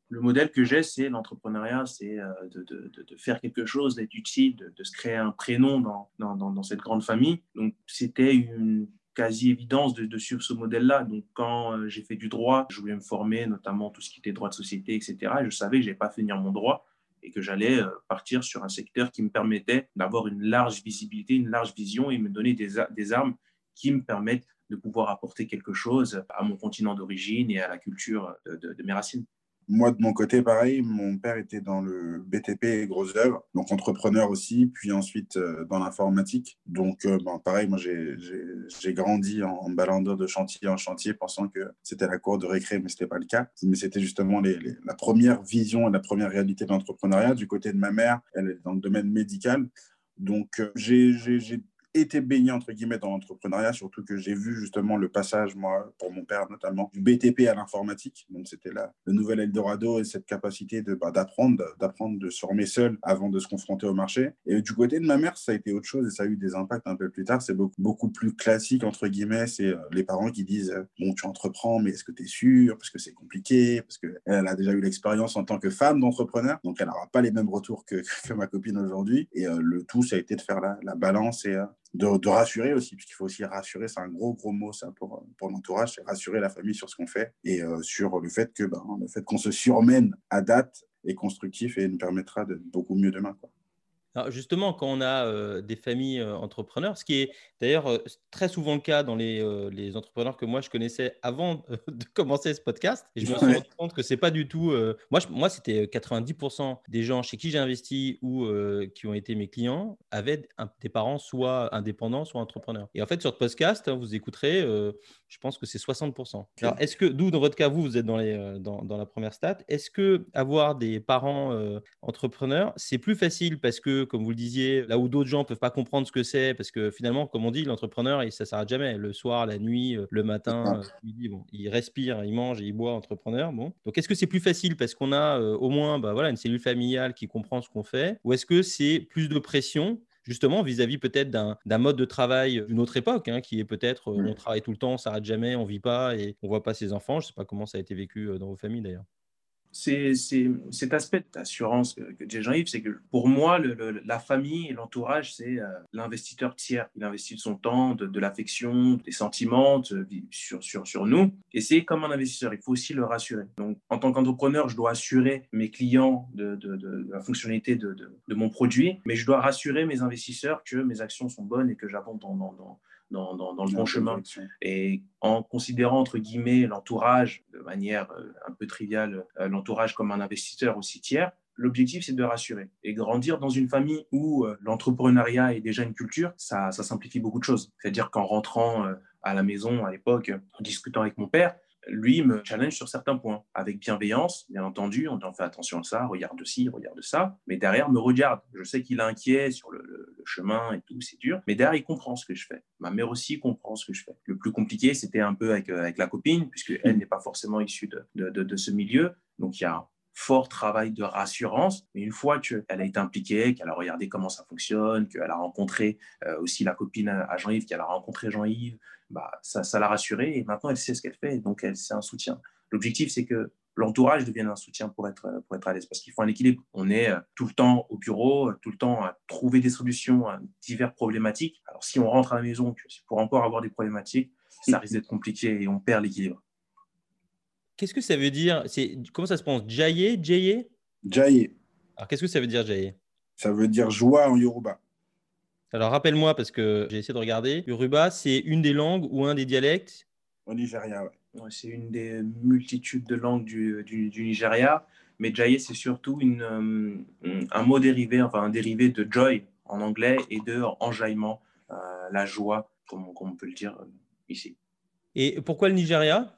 Le modèle que j'ai, c'est l'entrepreneuriat, c'est euh, de, de, de, de faire quelque chose, d'être utile, de, de se créer un prénom dans, dans, dans, dans cette grande famille. Donc, c'était une quasi-évidence de, de suivre ce modèle-là. Donc, quand euh, j'ai fait du droit, je voulais me former, notamment tout ce qui était droit de société, et cetera. Et je savais que je n'allais pas finir mon droit et que j'allais euh, partir sur un secteur qui me permettait d'avoir une large visibilité, une large vision et me donner des, des armes qui me permettent de pouvoir apporter quelque chose à mon continent d'origine et à la culture de, de, de mes racines. Moi, de mon côté, pareil, mon père était dans le B T P et grosses œuvres, donc entrepreneur aussi, puis ensuite euh, dans l'informatique. Donc, euh, ben, pareil, moi, j'ai, j'ai, j'ai grandi en, en ballant de chantier en chantier, pensant que c'était la cour de récré, mais ce n'était pas le cas. Mais c'était justement les, les, la première vision et la première réalité de l'entrepreneuriat. Du côté de ma mère, elle est dans le domaine médical. Donc, euh, j'ai, j'ai, j'ai été baigné, entre guillemets, dans l'entrepreneuriat, surtout que j'ai vu justement le passage, moi, pour mon père notamment, du B T P à l'informatique. Donc, c'était là le nouvel Eldorado et cette capacité de, bah, d'apprendre, d'apprendre, de se former seul avant de se confronter au marché. Et du côté de ma mère, ça a été autre chose et ça a eu des impacts un peu plus tard. C'est beaucoup, beaucoup plus classique, entre guillemets. C'est euh, les parents qui disent, euh, bon, tu entreprends, mais est-ce que tu es sûr? Parce que c'est compliqué, parce qu'elle a déjà eu l'expérience en tant que femme d'entrepreneur. Donc, elle n'aura pas les mêmes retours que, que ma copine aujourd'hui. Et euh, le tout, ça a été de faire la, la balance et... Euh, De, de rassurer aussi, puisqu'il faut aussi rassurer, c'est un gros, gros mot ça pour, pour l'entourage, c'est rassurer la famille sur ce qu'on fait et euh, sur le fait que ben, le fait qu'on se surmène à date est constructif et nous permettra d'être beaucoup mieux demain, quoi. Alors justement, quand on a euh, des familles euh, entrepreneurs, ce qui est d'ailleurs euh, très souvent le cas dans les, euh, les entrepreneurs que moi je connaissais avant euh, de commencer ce podcast, et je me suis Ouais. rendu compte que c'est pas du tout. Euh, moi, je- moi, c'était quatre-vingt-dix pour cent des gens chez qui j'ai investi ou euh, qui ont été mes clients avaient un- des parents soit indépendants, soit entrepreneurs. Et en fait, sur ce podcast, hein, vous écouterez, euh, je pense que c'est soixante pour cent. Ok. Alors, est-ce que, d'où dans votre cas, vous, vous êtes dans, les, euh, dans, dans la première stat, est-ce que avoir des parents euh, entrepreneurs, c'est plus facile parce que, comme vous le disiez, là où d'autres gens ne peuvent pas comprendre ce que c'est, parce que finalement, comme on dit, l'entrepreneur, il- ça ne s'arrête jamais. Le soir, la nuit, euh, le matin, euh, midi, bon, il respire, il mange et il boit, entrepreneur. Bon. Donc, est-ce que c'est plus facile parce qu'on a euh, au moins bah, voilà, une cellule familiale qui comprend ce qu'on fait, ou est-ce que c'est plus de pression justement vis-à-vis peut-être d'un, d'un mode de travail d'une autre époque, hein, qui est peut-être euh, on travaille tout le temps, on ne s'arrête jamais, on ne vit pas et on ne voit pas ses enfants. Je ne sais pas comment ça a été vécu euh, dans vos familles d'ailleurs. C'est, c'est, cet aspect d'assurance que, que dit Jean-Yves, c'est que pour moi, le, le, la famille et l'entourage, c'est euh, l'investisseur tiers. Il investit de son temps, de, de l'affection, des sentiments de, sur, sur, sur nous. Et c'est comme un investisseur, il faut aussi le rassurer. Donc, en tant qu'entrepreneur, je dois assurer mes clients de, de, de, de la fonctionnalité de, de, de mon produit, mais je dois rassurer mes investisseurs que mes actions sont bonnes et que j'avance dans, dans, dans Dans, dans, dans le bon chemin. Et en considérant, entre guillemets, l'entourage de manière euh, un peu triviale, euh, l'entourage comme un investisseur aussi tiers, l'objectif, c'est de rassurer. Et grandir dans une famille où euh, l'entrepreneuriat est déjà une culture, ça, ça simplifie beaucoup de choses. C'est-à-dire qu'en rentrant euh, à la maison à l'époque, en discutant avec mon père, lui me challenge sur certains points, avec bienveillance, bien entendu, on en fait attention à ça, regarde ci, regarde ça, mais derrière me regarde. Je sais qu'il est inquiet sur le, le, le chemin et tout, c'est dur, mais derrière il comprend ce que je fais. Ma mère aussi comprend ce que je fais. Le plus compliqué, c'était un peu avec, avec la copine, puisque elle n'est pas forcément issue de, de, de, de ce milieu, donc il y a un fort travail de rassurance, mais une fois qu'elle a été impliquée, qu'elle a regardé comment ça fonctionne, qu'elle a rencontré euh, aussi la copine à Jean-Yves, qu'elle a rencontré Jean-Yves, bah, ça, ça l'a rassurée et maintenant elle sait ce qu'elle fait, donc elle, c'est un soutien. L'objectif, c'est que l'entourage devienne un soutien pour être, pour être à l'aise, parce qu'il faut un équilibre. On est tout le temps au bureau, tout le temps à trouver des solutions à diverses problématiques. Alors si on rentre à la maison, pour encore avoir des problématiques, ça risque d'être compliqué et on perd l'équilibre. Qu'est-ce que ça veut dire? C'est, comment ça se prononce? Jaye? Jaye? Jaye. Alors, qu'est-ce que ça veut dire, Jaye? Ça veut dire joie en Yoruba. Alors, rappelle-moi, parce que j'ai essayé de regarder. Yoruba, c'est une des langues ou un des dialectes? Au Nigeria, ouais. Ouais, c'est une des multitudes de langues du, du, du Nigeria, mais Jaye, c'est surtout une, euh, un mot dérivé, enfin un dérivé de joy en anglais et de enjaillement, euh, la joie, comme, comme on peut le dire euh, ici. Et pourquoi le Nigeria?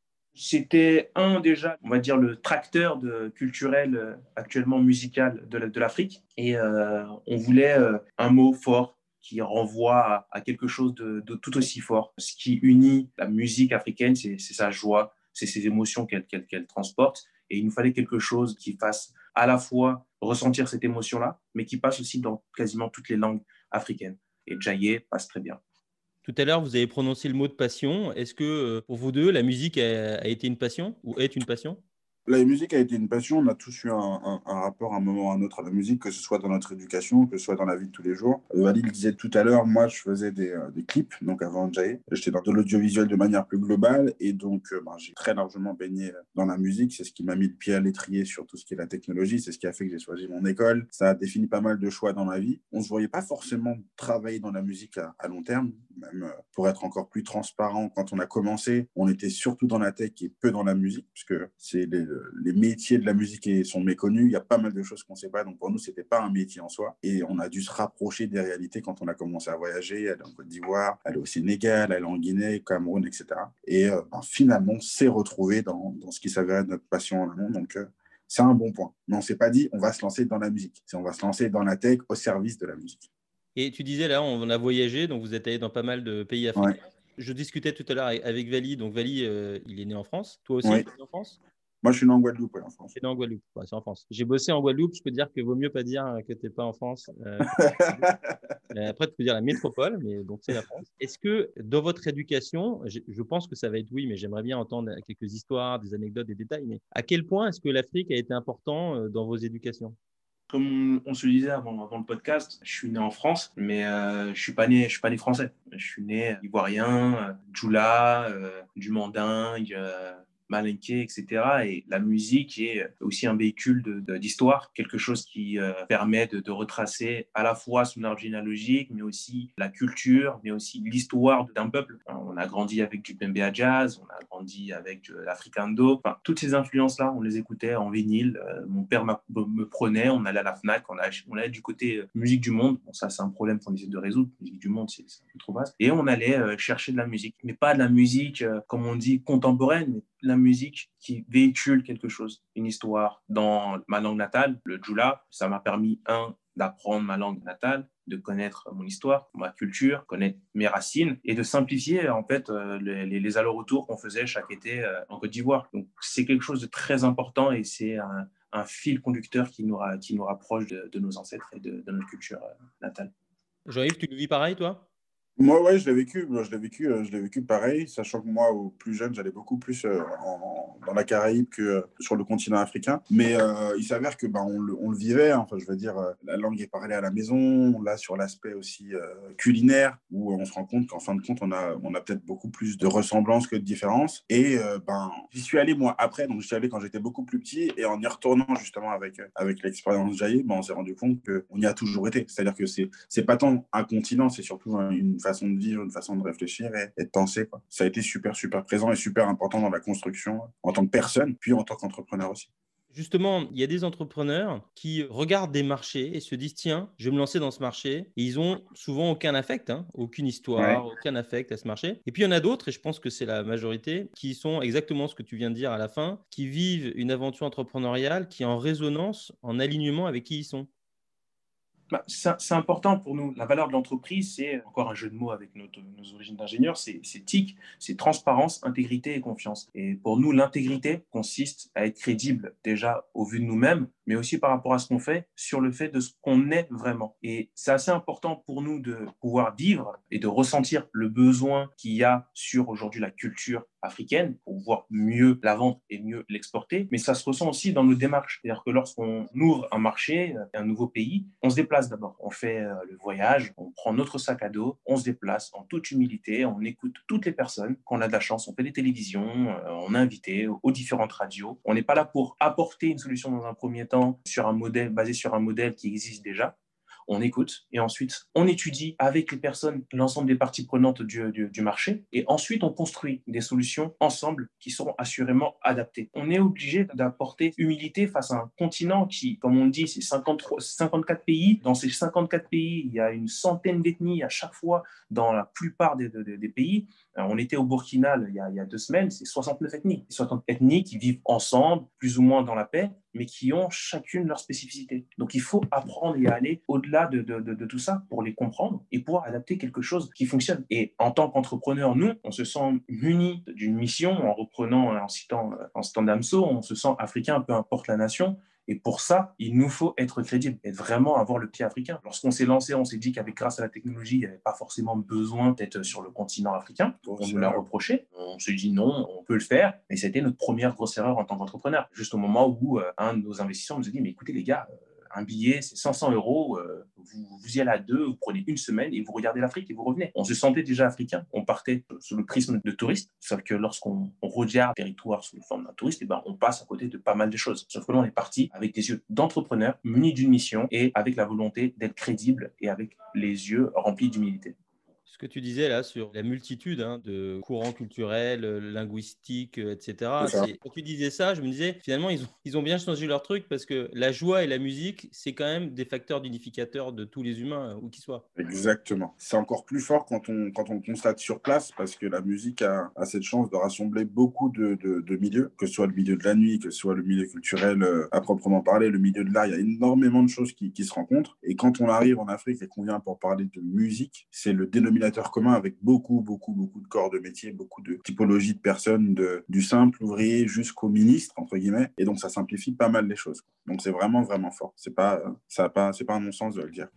C'était un déjà, on va dire, le tracteur de, culturel euh, actuellement musical de, de l'Afrique. Et euh, on voulait euh, un mot fort qui renvoie à, à quelque chose de, de tout aussi fort. Ce qui unit la musique africaine, c'est, c'est sa joie, c'est ses émotions qu'elle, qu'elle, qu'elle transporte. Et il nous fallait quelque chose qui fasse à la fois ressentir cette émotion-là, mais qui passe aussi dans quasiment toutes les langues africaines. Et Jaye passe très bien. Tout à l'heure, vous avez prononcé le mot de passion. Est-ce que euh, pour vous deux, la musique a, a été une passion ou est une passion? La musique a été une passion. On a tous eu un, un- un rapport à un moment ou à un autre à la musique, que ce soit dans notre éducation, que ce soit dans la vie de tous les jours. Euh, Ali le disait tout à l'heure, moi, je faisais des, euh, des clips, donc avant Jay. J'étais dans de l'audiovisuel de manière plus globale, et donc euh, ben, j'ai très largement baigné dans la musique. C'est ce qui m'a mis le pied à l'étrier sur tout ce qui est la technologie. C'est ce qui a fait que j'ai choisi mon école. Ça a défini pas mal de choix dans ma vie. On ne se voyait pas forcément travailler dans la musique à, à long terme, même euh, pour être encore plus transparent. Quand on a commencé, on était surtout dans la tech et peu dans la musique, puisque c'est les les métiers de la musique sont méconnus, il y a pas mal de choses qu'on ne sait pas, donc pour nous, ce n'était pas un métier en soi. Et on a dû se rapprocher des réalités quand on a commencé à voyager, aller en Côte d'Ivoire, aller au Sénégal, aller en Guinée, Cameroun, et cetera. Et euh, ben, finalement, on s'est retrouvé dans, dans ce qui s'avérait notre passion en amont. Donc, euh, c'est un bon point. Mais on ne s'est pas dit, on va se lancer dans la musique. C'est on va se lancer dans la tech au service de la musique. Et tu disais là, on a voyagé, donc vous êtes allé dans pas mal de pays africains. Ouais. Je discutais tout à l'heure avec Vali. Donc Vali, euh, il est né en France. Toi aussi, Oui. tu es né en France? Moi, je suis né en Guadeloupe, ouais, en France. Tu es né en Guadeloupe. Ouais, c'est en France. J'ai bossé en Guadeloupe. Je peux te dire que vaut mieux pas dire que tu n'es pas en France. Euh, après, tu peux dire la métropole, mais donc c'est la France. Est-ce que dans votre éducation, je, je pense que ça va être oui, mais j'aimerais bien entendre quelques histoires, des anecdotes, des détails. Mais à quel point est-ce que l'Afrique a été important euh, dans vos éducations? Comme on se le disait avant, avant le podcast, je suis né en France, mais euh, je suis pas né, je suis pas né français. Je suis né ivoirien, euh, djoula, euh, du mandingue, euh, malinké, et cetera. Et la musique est aussi un véhicule de, de, d'histoire, quelque chose qui euh, permet de, de retracer à la fois son arbre généalogique, mais aussi la culture, mais aussi l'histoire d'un peuple. On a grandi avec du Bembea Jazz, on a grandi avec de l'Africando. Enfin, toutes ces influences-là, on les écoutait en vinyle. Euh, mon père me prenait, on allait à la Fnac, on allait, on allait du côté euh, musique du monde. Bon, ça, c'est un problème qu'on essaie de résoudre. Musique du monde, c'est, c'est un peu trop vaste. Et on allait euh, chercher de la musique, mais pas de la musique, euh, comme on dit, contemporaine, mais la musique qui véhicule quelque chose, une histoire. Dans ma langue natale, le djoula, ça m'a permis, un, d'apprendre ma langue natale, de connaître mon histoire, ma culture, connaître mes racines et de simplifier en fait euh, les, les allers-retours qu'on faisait chaque été euh, en Côte d'Ivoire. Donc c'est quelque chose de très important et c'est un, un fil conducteur qui nous, qui nous rapproche de, de nos ancêtres et de, de notre culture euh, natale. Jean-Yves, tu le vis pareil, toi? Moi, ouais, je l'ai vécu. Moi, je l'ai vécu, euh, je l'ai vécu pareil, sachant que moi, au plus jeune, j'allais beaucoup plus euh, en, dans la Caraïbe que euh, sur le continent africain. Mais euh, il s'avère que ben, on, le, on le vivait. Hein. Enfin, je veux dire, euh, la langue est parlée à la maison. Là, sur l'aspect aussi euh, culinaire, où on se rend compte qu'en fin de compte, on a, on a peut-être beaucoup plus de ressemblances que de différences. Et euh, ben, j'y suis allé moi après. Donc, j'y suis allé quand j'étais beaucoup plus petit. Et en y retournant justement avec euh, avec l'expérience Jaïe, ben, on s'est rendu compte qu'on y a toujours été. C'est-à-dire que c'est c'est pas tant un continent, c'est surtout une façon de vivre, une façon de réfléchir et, et de penser, quoi. Ça a été super, super présent et super important dans la construction en tant que personne, puis en tant qu'entrepreneur aussi. Justement, il y a des entrepreneurs qui regardent des marchés et se disent, tiens, je vais me lancer dans ce marché. Et ils ont souvent aucun affect, hein, aucune histoire, ouais. aucun affect à ce marché. Et puis, il y en a d'autres, et je pense que c'est la majorité, qui sont exactement ce que tu viens de dire à la fin, qui vivent une aventure entrepreneuriale qui est en résonance, en alignement avec qui ils sont. Bah, c'est, c'est important pour nous. La valeur de l'entreprise, c'est encore un jeu de mots avec notre, nos origines d'ingénieurs, c'est, c'est T I C, c'est transparence, intégrité et confiance. Et pour nous, l'intégrité consiste à être crédible déjà au vu de nous-mêmes, mais aussi par rapport à ce qu'on fait, sur le fait de ce qu'on est vraiment. Et c'est assez important pour nous de pouvoir vivre et de ressentir le besoin qu'il y a sur aujourd'hui la culture africaine pour pouvoir mieux la vendre et mieux l'exporter. Mais ça se ressent aussi dans nos démarches. C'est-à-dire que lorsqu'on ouvre un marché, un nouveau pays, on se déplace d'abord. On fait euh, le voyage, on prend notre sac à dos, on se déplace en toute humilité, on écoute toutes les personnes. Quand on a de la chance, on fait des télévisions, euh, on est invité aux différentes radios. On n'est pas là pour apporter une solution dans un premier temps sur un modèle, basé sur un modèle qui existe déjà. On écoute et ensuite on étudie avec les personnes, l'ensemble des parties prenantes du, du, du marché et ensuite on construit des solutions ensemble qui seront assurément adaptées. On est obligé d'apporter humilité face à un continent qui, comme on le dit, c'est cinquante-trois, cinquante-quatre pays. Dans ces cinquante-quatre pays, il y a une centaine d'ethnies à chaque fois dans la plupart des, des, des pays. Alors, on était au Burkina il y, a, il y a deux semaines, c'est soixante-neuf ethnies. soixante ethnies qui vivent ensemble, plus ou moins dans la paix, mais qui ont chacune leur spécificité. Donc, il faut apprendre et aller au-delà de, de, de, de tout ça pour les comprendre et pouvoir adapter quelque chose qui fonctionne. Et en tant qu'entrepreneur, nous, on se sent munis d'une mission en reprenant, en citant, en citant Damso, on se sent africain, peu importe la nation. Et pour ça, il nous faut être crédible et vraiment avoir le pied africain. Lorsqu'on s'est lancé, on s'est dit qu'avec grâce à la technologie, il n'y avait pas forcément besoin d'être sur le continent africain. On nous l'a reproché. On s'est dit non, on peut le faire. Et c'était notre première grosse erreur en tant qu'entrepreneur. Juste au moment où euh, un de nos investisseurs nous a dit, mais écoutez les gars, euh, un billet, c'est cinq cents euros, euh, vous, vous y allez à deux, vous prenez une semaine et vous regardez l'Afrique et vous revenez. On se sentait déjà africain, on partait sous le prisme de touriste, sauf que lorsqu'on on regarde le territoire sous la forme d'un touriste, et ben, on passe à côté de pas mal de choses. Sauf que là, on est parti avec des yeux d'entrepreneur, munis d'une mission et avec la volonté d'être crédible et avec les yeux remplis d'humilité. Ce que tu disais là sur la multitude hein, de courants culturels, linguistiques, et cetera. C'est, quand tu disais ça, je me disais finalement ils ont, ils ont bien changé leur truc parce que la joie et la musique, c'est quand même des facteurs d'unificateurs de tous les humains, où qu'ils soient. Exactement. C'est encore plus fort quand on, quand on constate sur place parce que la musique a, a cette chance de rassembler beaucoup de, de, de milieux, que ce soit le milieu de la nuit, que ce soit le milieu culturel euh, à proprement parler, le milieu de l'art. Il y a énormément de choses qui, qui se rencontrent. Et quand on arrive en Afrique et qu'on vient pour parler de musique, c'est le dénominateur commun avec beaucoup, beaucoup, beaucoup de corps de métier, beaucoup de typologies de personnes, de, du simple ouvrier jusqu'au ministre, entre guillemets. Et donc, ça simplifie pas mal les choses. Donc, c'est vraiment, vraiment fort. C'est pas, ça a pas, c'est pas un non-sens de le dire.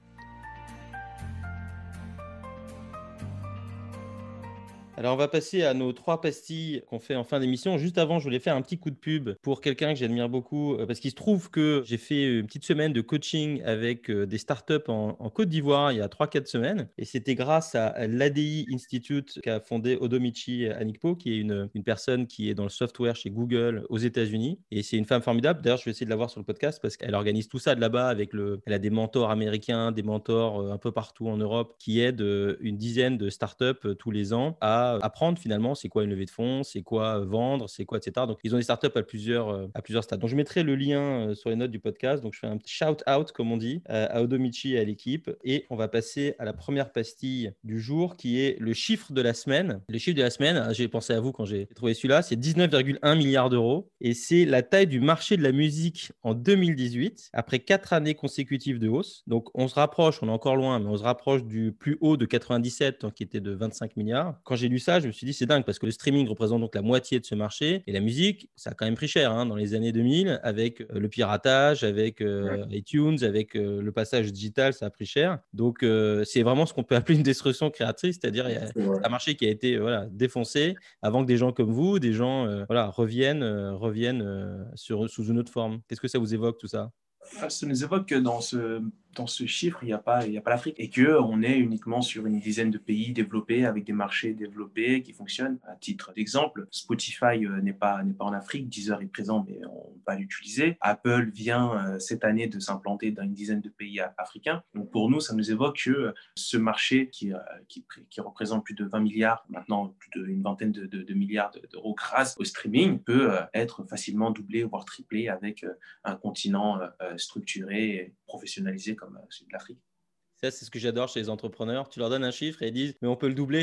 Alors, on va passer à nos trois pastilles qu'on fait en fin d'émission. Juste avant, je voulais faire un petit coup de pub pour quelqu'un que j'admire beaucoup parce qu'il se trouve que j'ai fait une petite semaine de coaching avec des startups en, en Côte d'Ivoire il y a trois quatre semaines. Et c'était grâce à l'A D I Institute qu'a fondé Odomichi Anikpo, qui est une, une personne qui est dans le software chez Google aux États-Unis. Et c'est une femme formidable. D'ailleurs, je vais essayer de la voir sur le podcast parce qu'elle organise tout ça de là-bas avec le. Elle a des mentors américains, des mentors un peu partout en Europe qui aident une dizaine de startups tous les ans à apprendre finalement c'est quoi une levée de fonds, c'est quoi vendre, c'est quoi, et cetera. Donc, ils ont des startups à plusieurs, à plusieurs stades. Donc, je mettrai le lien sur les notes du podcast. Donc, je fais un petit shout-out, comme on dit, à Odomichi et à l'équipe. Et on va passer à la première pastille du jour qui est le chiffre de la semaine. Le chiffre de la semaine, j'ai pensé à vous quand j'ai trouvé celui-là, c'est dix-neuf virgule un milliards d'euros. Et c'est la taille du marché de la musique en deux mille dix-huit, après quatre années consécutives de hausse. Donc, on se rapproche, on est encore loin, mais on se rapproche du plus haut de quatre-vingt-dix-sept, qui était de vingt-cinq milliards. Quand j'ai lu ça, je me suis dit, c'est dingue parce que le streaming représente donc la moitié de ce marché et la musique, ça a quand même pris cher hein, dans les années deux mille avec euh, le piratage, avec euh, ouais. iTunes, avec euh, le passage digital, ça a pris cher. Donc, euh, c'est vraiment ce qu'on peut appeler une destruction créatrice, c'est-à-dire il y a ouais. un marché qui a été voilà, défoncé avant que des gens comme vous, des gens euh, voilà, reviennent, euh, reviennent euh, sur, sous une autre forme. Qu'est-ce que ça vous évoque tout ça ? Ça nous évoque que dans ce, dans ce chiffre, il n'y a pas, il n'y a pas l'Afrique et qu'on est uniquement sur une dizaine de pays développés avec des marchés développés qui fonctionnent. À titre d'exemple, Spotify n'est pas, n'est pas en Afrique, Deezer est présent mais on ne peut pas l'utiliser. Apple vient cette année de s'implanter dans une dizaine de pays africains. Donc pour nous, ça nous évoque que ce marché qui, qui, qui représente plus de vingt milliards, maintenant plus d'une vingtaine de, de, de milliards d'euros grâce au streaming, peut être facilement doublé, voire triplé avec un continent structuré et professionnalisé comme celui de l'Afrique. Ça, c'est ce que j'adore chez les entrepreneurs. Tu leur donnes un chiffre et ils disent « mais on peut le doubler ».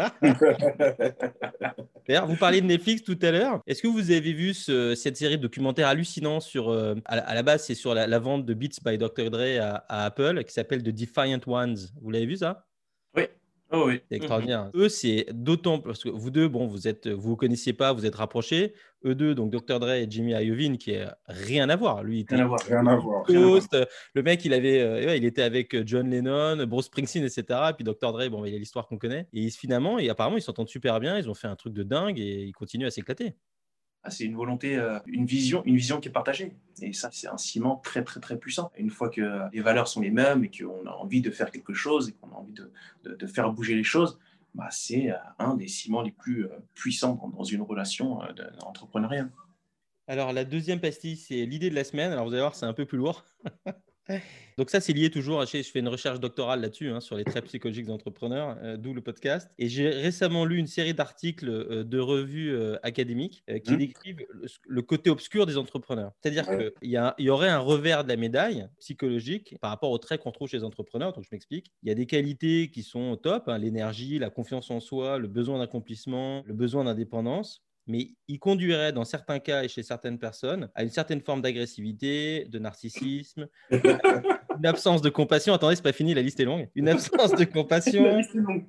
D'ailleurs, vous parliez de Netflix tout à l'heure. Est-ce que vous avez vu ce, cette série de documentaires hallucinants sur, euh, à, la, à la base, c'est sur la, la vente de Beats by docteur Dre à, à Apple, qui s'appelle The Defiant Ones. Vous l'avez vu ça ? Oui. Oh oui. C'est extraordinaire. Mm-hmm. Eux, c'est d'autant parce que vous deux, bon, vous êtes, vous vous connaissiez pas, vous êtes rapprochés. Eux deux, donc docteur Dre et Jimmy Iovine, qui est rien à voir. Lui, il était rien à voir. Rien à voir. Coast, le mec, il avait, euh, ouais, il était avec John Lennon, Bruce Springsteen, et cetera. Et puis docteur Dre, bon, il y a l'histoire qu'on connaît. Et finalement, et apparemment, ils s'entendent super bien. Ils ont fait un truc de dingue et ils continuent à s'éclater. Ah, c'est une volonté, euh, une vision, une vision qui est partagée. Et ça, c'est un ciment très, très, très puissant. Une fois que euh, les valeurs sont les mêmes et qu'on a envie de faire quelque chose et qu'on a envie de, de, de faire bouger les choses, bah, c'est euh, un des ciments les plus euh, puissants dans, dans une relation euh, entrepreneuriale. Alors, la deuxième pastille, c'est l'idée de la semaine. Alors, vous allez voir, c'est un peu plus lourd. Donc ça, c'est lié toujours. Je fais une recherche doctorale là-dessus, hein, sur les traits psychologiques des entrepreneurs, euh, d'où le podcast. Et j'ai récemment lu une série d'articles euh, de revues euh, académiques euh, qui mmh. décrivent le, le côté obscur des entrepreneurs. C'est-à-dire ouais. qu'il y, y aurait un revers de la médaille psychologique par rapport aux traits qu'on trouve chez les entrepreneurs. Donc je m'explique. Il y a des qualités qui sont top, hein, l'énergie, la confiance en soi, le besoin d'accomplissement, le besoin d'indépendance. mais il conduirait dans certains cas et chez certaines personnes à une certaine forme d'agressivité, de narcissisme, une absence de compassion. Attendez, c'est pas fini, la liste est longue. Une absence de compassion,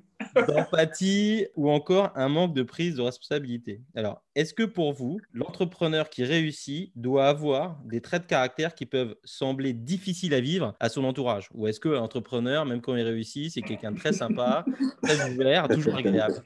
d'empathie ou encore un manque de prise de responsabilité. Alors, est-ce que pour vous, l'entrepreneur qui réussit doit avoir des traits de caractère qui peuvent sembler difficiles à vivre à son entourage? Ou est-ce que l'entrepreneur, même quand il réussit, c'est quelqu'un de très sympa, très ouvert, toujours agréable?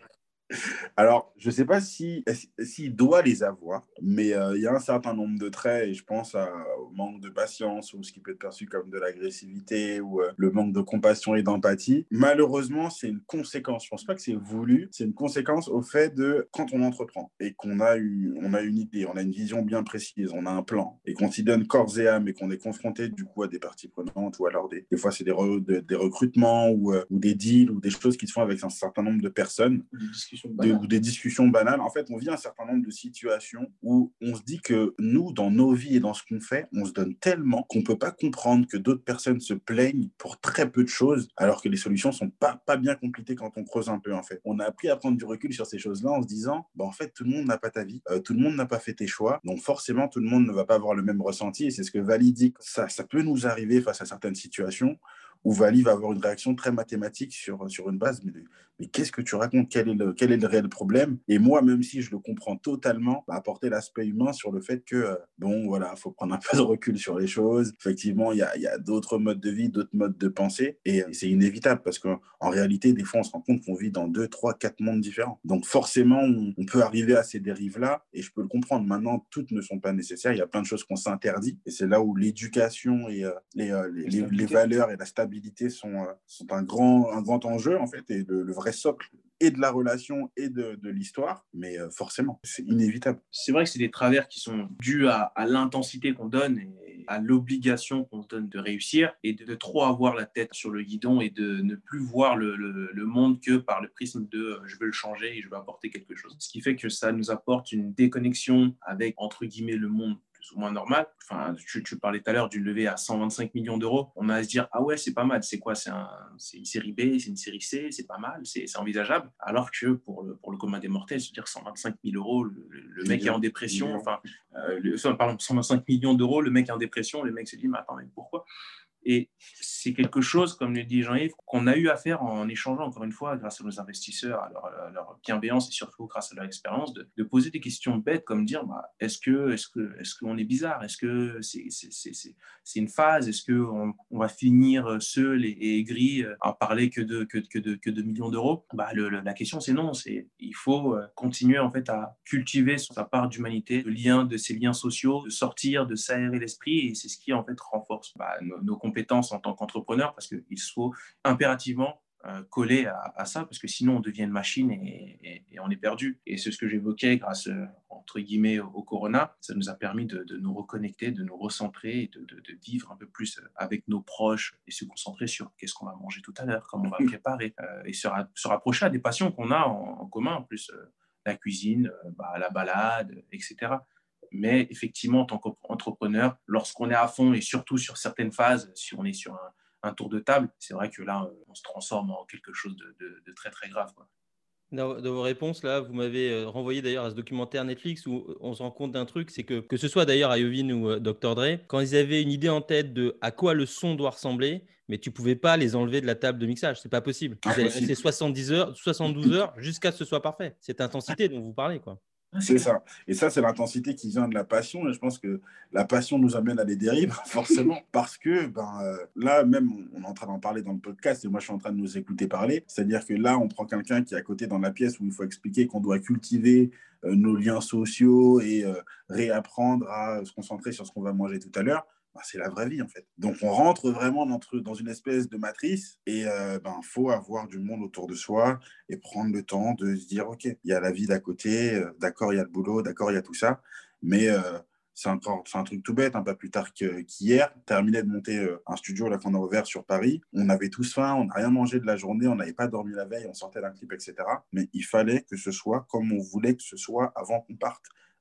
Alors, je ne sais pas si, s'il doit les avoir, mais euh, il y a un certain nombre de traits, et je pense à- au manque de patience, ou ce qui peut être perçu comme de l'agressivité, ou euh, le manque de compassion et d'empathie. Malheureusement, c'est une conséquence. Je ne pense pas que c'est voulu, c'est une conséquence au fait de quand on entreprend et qu'on a, eu, on a une idée, on a une vision bien précise, on a un plan, et qu'on s'y donne corps et âme, et qu'on est confronté du coup à des parties prenantes, ou alors des, des fois c'est des, re, de, des recrutements, ou, euh, ou des deals, ou des choses qui se font avec un certain nombre de personnes. Des discussions De, ou des discussions banales. En fait, on vit un certain nombre de situations où on se dit que nous, dans nos vies et dans ce qu'on fait, on se donne tellement qu'on ne peut pas comprendre que d'autres personnes se plaignent pour très peu de choses, alors que les solutions ne sont pas, pas bien compliquées quand on creuse un peu, en fait. On a appris à prendre du recul sur ces choses-là en se disant, bah, en fait, tout le monde n'a pas ta vie, euh, tout le monde n'a pas fait tes choix, donc forcément, tout le monde ne va pas avoir le même ressenti, et c'est ce que Vali dit. Ça, ça peut nous arriver face à certaines situations où Vali va avoir une réaction très mathématique sur, sur une base, mais, mais qu'est-ce que tu racontes? Quel est, le, quel est le réel problème? Et moi, même si je le comprends totalement, bah, apporter l'aspect humain sur le fait que, euh, bon, voilà, il faut prendre un peu de recul sur les choses. Effectivement, il y a, y a d'autres modes de vie, d'autres modes de pensée, et, et c'est inévitable parce qu'en réalité, des fois, on se rend compte qu'on vit dans deux, trois, quatre mondes différents. Donc forcément, on, on peut arriver à ces dérives-là, et je peux le comprendre. Maintenant, toutes ne sont pas nécessaires. Il y a plein de choses qu'on s'interdit, et c'est là où l'éducation et euh, les, euh, les, les, les valeurs et la stabilité sont, euh, sont un, grand, un grand enjeu, en fait, et le, le vrai socle et de la relation et de, de l'histoire, mais euh, forcément, c'est inévitable. C'est vrai que c'est des travers qui sont dus à, à l'intensité qu'on donne et à l'obligation qu'on se donne de réussir et de, de trop avoir la tête sur le guidon et de ne plus voir le, le, le monde que par le prisme de euh, je veux le changer et je veux apporter quelque chose. Ce qui fait que ça nous apporte une déconnexion avec, entre guillemets, le monde plus ou moins normal. Enfin, tu, tu parlais tout à l'heure d'une levée à cent vingt-cinq millions d'euros. On a à se dire, ah ouais, c'est pas mal. C'est quoi? C'est un, c'est une série B, c'est une série C, c'est pas mal, c'est, c'est envisageable. Alors que pour le, pour le commun des mortels, se dire cent vingt-cinq mille euros, le, le mec est en dépression, enfin, euh, le, pardon, cent vingt-cinq millions d'euros, le mec est en dépression, le mec se dit, mais attends, mais pourquoi? Et c'est quelque chose, comme le dit Jean-Yves, qu'on a eu à faire en échangeant, encore une fois, grâce à nos investisseurs, à leur, à leur bienveillance et surtout grâce à leur expérience, de, de poser des questions bêtes comme dire bah, est-ce que, est-ce que, est-ce qu'on est bizarre? Est-ce que c'est, c'est, c'est, c'est, c'est une phase? Est-ce qu'on on va finir seul et, et aigri à parler que de, que, que de, que de millions d'euros? Bah, le, le, la question, c'est non. C'est, il faut continuer en fait, à cultiver sa part d'humanité, de lien, de ces liens sociaux, de sortir, de s'aérer l'esprit. Et c'est ce qui en fait renforce bah, nos, nos compétences en tant qu'entrepreneur, parce qu'il faut impérativement euh, coller à, à ça, parce que sinon on devient une machine et, et, et on est perdu. Et c'est ce que j'évoquais grâce, euh, entre guillemets, au, au Corona. Ça nous a permis de, de nous reconnecter, de nous recentrer, et de, de, de vivre un peu plus avec nos proches et se concentrer sur qu'est-ce qu'on va manger tout à l'heure, comment on va préparer, euh, et se, ra- se rapprocher à des passions qu'on a en, en commun, en plus euh, la cuisine, euh, bah, la balade, et cetera. Mais effectivement, en tant qu'entrepreneur, lorsqu'on est à fond et surtout sur certaines phases, si on est sur un, un tour de table, c'est vrai que là, on se transforme en quelque chose de, de, de très, très grave, quoi. Dans, dans vos réponses, là, vous m'avez renvoyé d'ailleurs à ce documentaire Netflix où on se rend compte d'un truc, c'est que, que ce soit d'ailleurs Iovine ou euh, docteur Dre, quand ils avaient une idée en tête de à quoi le son doit ressembler, mais tu pouvais pas les enlever de la table de mixage, c'est pas possible. Ils allaient rester soixante-dix heures, soixante-douze heures jusqu'à ce que ce soit parfait. Cette intensité dont vous parlez, quoi. C'est ça. Et ça, c'est l'intensité qui vient de la passion. Et je pense que la passion nous amène à des dérives, forcément, parce que ben, euh, là, même, on est en train d'en parler dans le podcast et moi, je suis en train de nous écouter parler. C'est-à-dire que là, on prend quelqu'un qui est à côté dans la pièce où il faut expliquer qu'on doit cultiver euh, nos liens sociaux et euh, réapprendre à se concentrer sur ce qu'on va manger tout à l'heure. Ben, c'est la vraie vie, en fait. Donc, on rentre vraiment dans, dans une espèce de matrice et il euh, ben, faut avoir du monde autour de soi et prendre le temps de se dire, OK, il y a la vie d'à côté, euh, d'accord, il y a le boulot, d'accord, il y a tout ça, mais euh, c'est, encore, c'est un truc tout bête, hein, pas plus tard que, qu'hier, terminé de monter euh, un studio là qu'on a ouvert sur Paris, on avait tous faim, on n'a rien mangé de la journée, on n'avait pas dormi la veille, on sortait d'un clip, et cetera. Mais il fallait que ce soit comme on voulait que ce soit avant qu'on parte.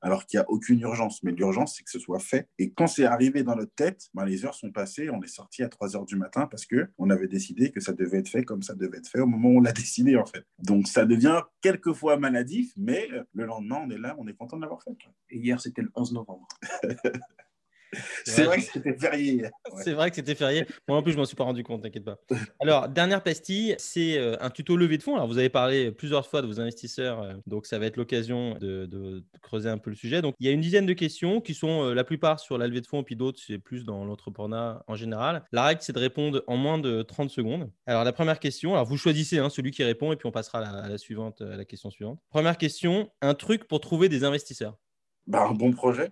alors qu'il n'y a aucune urgence. Mais l'urgence, c'est que ce soit fait. Et quand c'est arrivé dans notre tête, ben, les heures sont passées, on est sorti à trois heures du matin parce qu'on avait décidé que ça devait être fait comme ça devait être fait au moment où on l'a décidé, en fait. Donc, ça devient quelquefois maladif, mais le lendemain, on est là, on est content de l'avoir fait. Et hier, c'était le onze novembre. C'est vrai, vrai que c'était férié. Ouais. C'est vrai que c'était férié. Moi, en plus, je ne m'en suis pas rendu compte, t'inquiète pas. Alors, dernière pastille, c'est un tuto levée de fonds. Alors, vous avez parlé plusieurs fois de vos investisseurs, donc ça va être l'occasion de, de, de creuser un peu le sujet. Donc, il y a une dizaine de questions qui sont la plupart sur la levée de fonds, puis d'autres, c'est plus dans l'entrepreneuriat en général. La règle, c'est de répondre en moins de trente secondes. Alors, la première question, alors vous choisissez hein, celui qui répond, et puis on passera à la, à la suivante, à la question suivante. Première question, un truc pour trouver des investisseurs. Bah, un bon projet.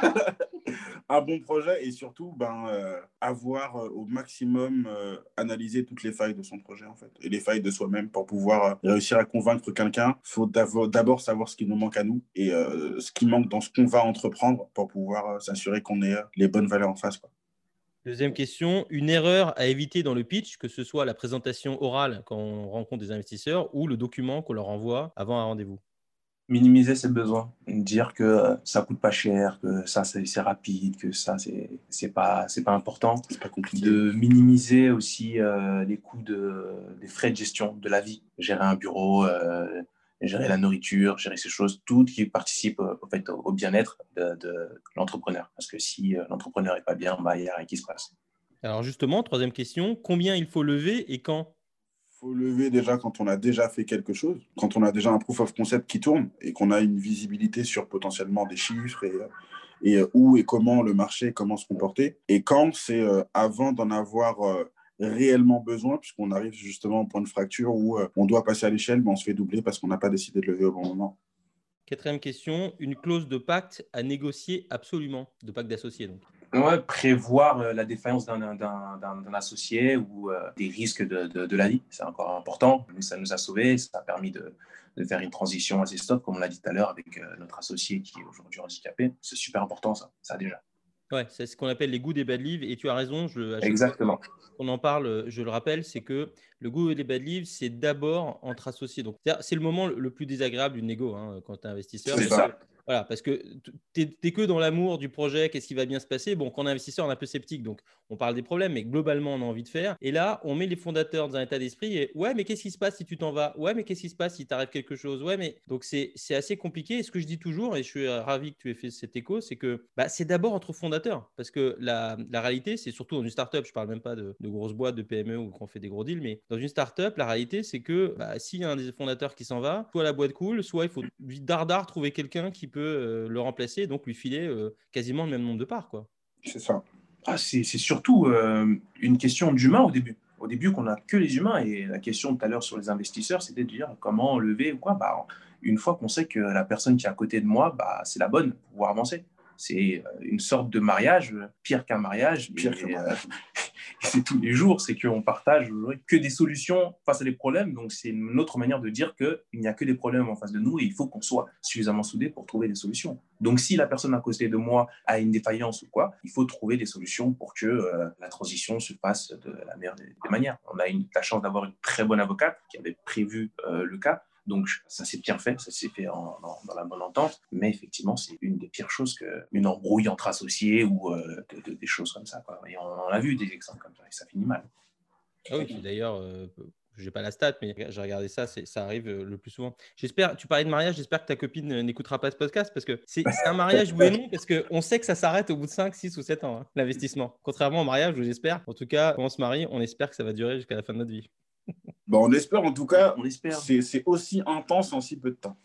Un bon projet et surtout ben, euh, avoir euh, au maximum euh, analysé toutes les failles de son projet en fait, et les failles de soi-même pour pouvoir euh, réussir à convaincre quelqu'un. Il faut d'abord savoir ce qui nous manque à nous et euh, ce qui manque dans ce qu'on va entreprendre pour pouvoir euh, s'assurer qu'on ait euh, les bonnes valeurs en face, quoi. Deuxième question, une erreur à éviter dans le pitch, que ce soit la présentation orale quand on rencontre des investisseurs ou le document qu'on leur envoie avant un rendez-vous. Minimiser ses besoins, dire que ça coûte pas cher, que ça c'est, c'est rapide, que ça c'est c'est pas c'est pas important. C'est pas compliqué. De minimiser aussi euh, les coûts de des frais de gestion de la vie, gérer un bureau, euh, gérer la nourriture, gérer ces choses, tout qui participe euh, au fait au, au bien-être de, de l'entrepreneur. Parce que si euh, l'entrepreneur est pas bien, bah il y a rien qui se passe. Alors justement, troisième question, combien il faut lever et quand ? Il faut lever déjà quand on a déjà fait quelque chose, quand on a déjà un proof of concept qui tourne et qu'on a une visibilité sur potentiellement des chiffres et, et où et comment le marché, comment se comporter. Et quand c'est euh, avant d'en avoir euh, réellement besoin, puisqu'on arrive justement au point de fracture où euh, on doit passer à l'échelle, mais on se fait doubler parce qu'on n'a pas décidé de lever au bon moment. Quatrième question, une clause de pacte à négocier absolument, de pacte d'associés donc. Ouais, prévoir euh, la défaillance d'un, d'un, d'un, d'un associé ou euh, des risques de, de, de la vie, c'est encore important. Nous, ça nous a sauvés, ça a permis de, de faire une transition assez stop, comme on l'a dit tout à l'heure, avec euh, notre associé qui est aujourd'hui handicapé. C'est super important, ça, ça déjà. Ouais, c'est ce qu'on appelle les good et bad leave. Et tu as raison, je, à chaque Exactement. fois qu'on en parle, je le rappelle, c'est que le good et les bad leave, c'est d'abord entre associés. Donc, c'est, c'est le moment le plus désagréable d'une négo hein, quand tu es investisseur. C'est ça. Voilà, parce que tu n'es que dans l'amour du projet, qu'est-ce qui va bien se passer. Bon, quand on est investisseur, on est un peu sceptique, donc on parle des problèmes, mais globalement, on a envie de faire. Et là, on met les fondateurs dans un état d'esprit et ouais, mais qu'est-ce qui se passe si tu t'en vas ? Ouais, mais qu'est-ce qui se passe si t'arrête quelque chose ? Ouais, mais donc c'est, c'est assez compliqué. Et ce que je dis toujours, et je suis ravi que tu aies fait cet écho, c'est que bah, c'est d'abord entre fondateurs. Parce que la, la réalité, c'est surtout dans une startup, je ne parle même pas de, de grosses boîtes, de P M E où on fait des gros deals, mais dans une startup, la réalité, c'est que bah, s'il y a un des fondateurs qui s'en va, soit la boîte coule, soit il faut dardard trouver quelqu'un qui peut euh, le remplacer et donc lui filer euh, quasiment le même nombre de parts, quoi. C'est ça. Ah, c'est, c'est surtout euh, une question d'humain au début. Au début, qu'on n'a que les humains. Et la question tout à l'heure sur les investisseurs, c'était de dire comment lever ou quoi. Bah, une fois qu'on sait que la personne qui est à côté de moi, bah, c'est la bonne pour pouvoir avancer. C'est une sorte de mariage, pire qu'un mariage. Pire et, qu'un mariage. Euh, c'est tous les jours, c'est qu'on partage que des solutions face à des problèmes. Donc, c'est une autre manière de dire qu'il n'y a que des problèmes en face de nous et il faut qu'on soit suffisamment soudés pour trouver des solutions. Donc, si la personne à côté de moi a une défaillance ou quoi, il faut trouver des solutions pour que euh, la transition se fasse de la meilleure des, des manières. On a une, la chance d'avoir une très bonne avocate qui avait prévu euh, le cas. Donc, ça s'est bien fait, ça s'est fait en, en, dans la bonne entente. Mais effectivement, c'est une des pires choses qu'une embrouille entre associés ou euh, de, de, des choses comme ça, quoi. Et on, on a vu des exemples comme ça et ça finit mal. Ah oui, puis d'ailleurs, euh, je n'ai pas la stat, mais j'ai regardé ça, c'est, ça arrive le plus souvent. J'espère, tu parlais de mariage, j'espère que ta copine n'écoutera pas ce podcast parce que c'est, c'est un mariage oui et non, parce qu'on sait que ça s'arrête au bout de cinq, six ou sept ans, hein, l'investissement. Contrairement au mariage où j'espère, en tout cas, quand on se marie, on espère que ça va durer jusqu'à la fin de notre vie. Bon, on espère en tout cas, on espère. C'est, c'est aussi intense en si peu de temps.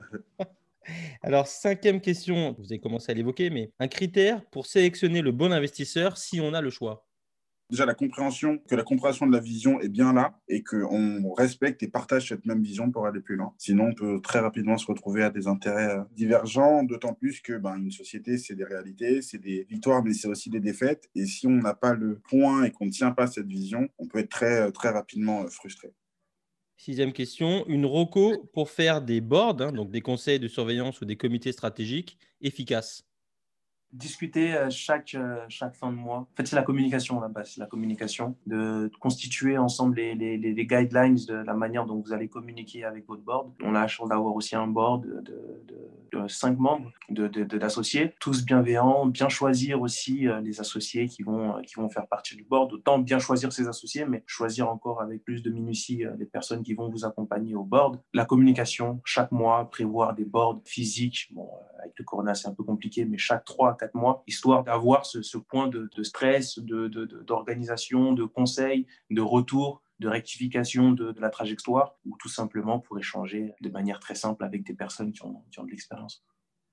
Alors, cinquième question, vous avez commencé à l'évoquer, mais un critère pour sélectionner le bon investisseur si on a le choix. Déjà, la compréhension, que la compréhension de la vision est bien là et qu'on respecte et partage cette même vision pour aller plus loin. Sinon, on peut très rapidement se retrouver à des intérêts divergents, d'autant plus que ben, une société, c'est des réalités, c'est des victoires, mais c'est aussi des défaites. Et si on n'a pas le point et qu'on ne tient pas cette vision, on peut être très, très rapidement frustré. Sixième question, une reco pour faire des boards, hein, donc des conseils de surveillance ou des comités stratégiques efficaces. Discuter euh, chaque, euh, chaque fin de mois. En fait, c'est la communication là-bas, c'est la communication, de constituer ensemble les, les, les, les guidelines de la manière dont vous allez communiquer avec votre board. On a la chance d'avoir aussi un board de, de, de, de cinq membres de, de, de, d'associés, tous bienveillants, bien choisir aussi euh, les associés qui vont, euh, qui vont faire partie du board. Autant bien choisir ses associés, mais choisir encore avec plus de minutie euh, les personnes qui vont vous accompagner au board. La communication, chaque mois, prévoir des boards physiques. Bon, euh, avec le corona, c'est un peu compliqué, mais chaque trois quatre mois, histoire d'avoir ce, ce point de, de stress, de, de, de, d'organisation, de conseils, de retour, de rectification de, de la trajectoire, ou tout simplement pour échanger de manière très simple avec des personnes qui ont, qui ont de l'expérience.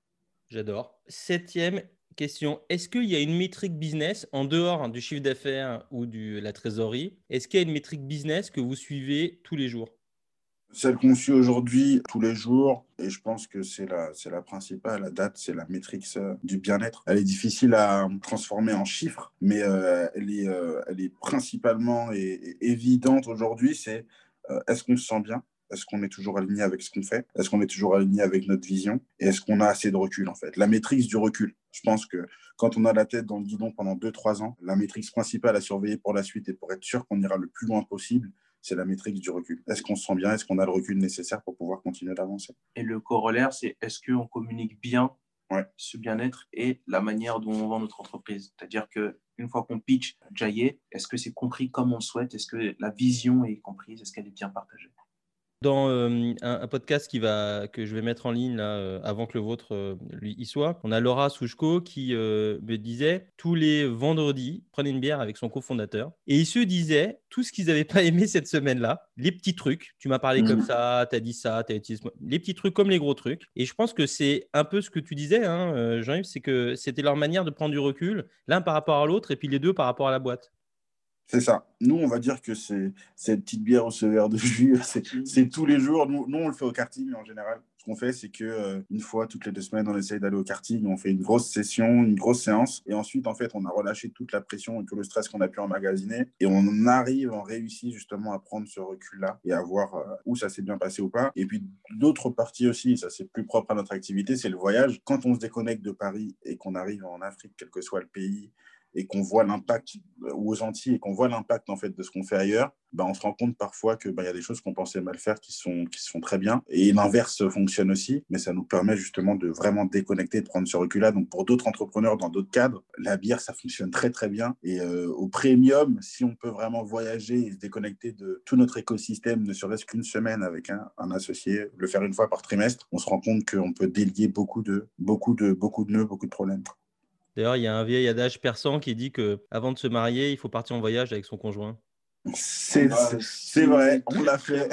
J'adore. Septième question. Est-ce qu'il y a une métrique business en dehors du chiffre d'affaires ou de la trésorerie? Est-ce qu'il y a une métrique business que vous suivez tous les jours? Celle qu'on suit aujourd'hui tous les jours, et je pense que c'est la, c'est la principale, la date, c'est la métrique euh, du bien-être. Elle est difficile à transformer en chiffres, mais euh, elle, est, euh, elle est principalement et, et évidente aujourd'hui, c'est euh, est-ce qu'on se sent bien? Est-ce qu'on est toujours aligné avec ce qu'on fait? Est-ce qu'on est toujours aligné avec notre vision? Et est-ce qu'on a assez de recul, en fait? La maîtrise du recul. Je pense que quand on a la tête dans le guidon pendant deux trois ans, la maîtrise principale à surveiller pour la suite et pour être sûr qu'on ira le plus loin possible, c'est la maîtrise du recul. Est-ce qu'on se sent bien? Est-ce qu'on a le recul nécessaire pour pouvoir continuer d'avancer? Et le corollaire, c'est est-ce qu'on communique bien ouais. ce bien-être et la manière dont on vend notre entreprise? C'est-à-dire qu'une fois qu'on pitch Jaye, est-ce que c'est compris comme on le souhaite? Est-ce que la vision est comprise? Est-ce qu'elle est bien partagée? Dans euh, un, un podcast qui va, que je vais mettre en ligne là, euh, avant que le vôtre euh, lui, y soit, on a Laura Souchko qui euh, me disait tous les vendredis, prenait une bière avec son cofondateur et ils se disaient tout ce qu'ils n'avaient pas aimé cette semaine-là, les petits trucs. Tu m'as parlé mmh. comme ça, tu as dit ça, tu as utilisé les petits trucs comme les gros trucs. Et je pense que c'est un peu ce que tu disais, hein, euh, Jean-Yves, c'est que c'était leur manière de prendre du recul, l'un par rapport à l'autre et puis les deux par rapport à la boîte. C'est ça. Nous, on va dire que c'est cette petite bière ou ce verre de jus, c'est, c'est tous les jours. Nous, nous, on le fait au karting en général. Ce qu'on fait, c'est qu'une euh, fois toutes les deux semaines, on essaye d'aller au karting. On fait une grosse session, une grosse séance. Et ensuite, en fait, on a relâché toute la pression et tout le stress qu'on a pu emmagasiner. Et on arrive, on réussit justement à prendre ce recul-là et à voir euh, où ça s'est bien passé ou pas. Et puis, d'autres parties aussi, ça c'est plus propre à notre activité, c'est le voyage. Quand on se déconnecte de Paris et qu'on arrive en Afrique, quel que soit le pays, et qu'on voit l'impact, ou aux Antilles, et qu'on voit l'impact en fait de ce qu'on fait ailleurs, ben, on se rend compte parfois qu'il ben, y a des choses qu'on pensait mal faire qui, sont, qui se font très bien. Et l'inverse fonctionne aussi, mais ça nous permet justement de vraiment déconnecter, de prendre ce recul-là. Donc pour d'autres entrepreneurs dans d'autres cadres, la bière, ça fonctionne très très bien. Et euh, au premium, si on peut vraiment voyager et se déconnecter de tout notre écosystème, ne serait-ce qu'une semaine avec un, un associé, le faire une fois par trimestre, on se rend compte qu'on peut délier beaucoup de, beaucoup de, beaucoup de nœuds, beaucoup de problèmes. D'ailleurs, il y a un vieil adage persan qui dit qu'avant de se marier, il faut partir en voyage avec son conjoint. C'est, c'est, c'est vrai, on l'a fait.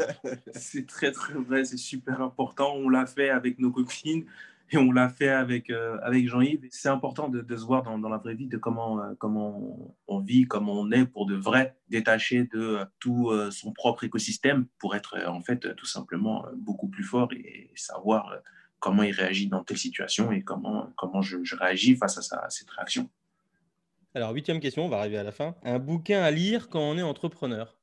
C'est très, très vrai, c'est super important. On l'a fait avec nos copines et on l'a fait avec, euh, avec Jean-Yves. C'est important de, de se voir dans, dans la vraie vie, de comment, euh, comment on vit, comment on est pour de vrai, détaché de euh, tout euh, son propre écosystème pour être euh, en fait tout simplement euh, beaucoup plus fort et, et savoir euh, comment il réagit dans telle situation et comment, comment je, je réagis face à, sa, à cette réaction. Alors, huitième question, on va arriver à la fin. Un bouquin à lire quand on est entrepreneur?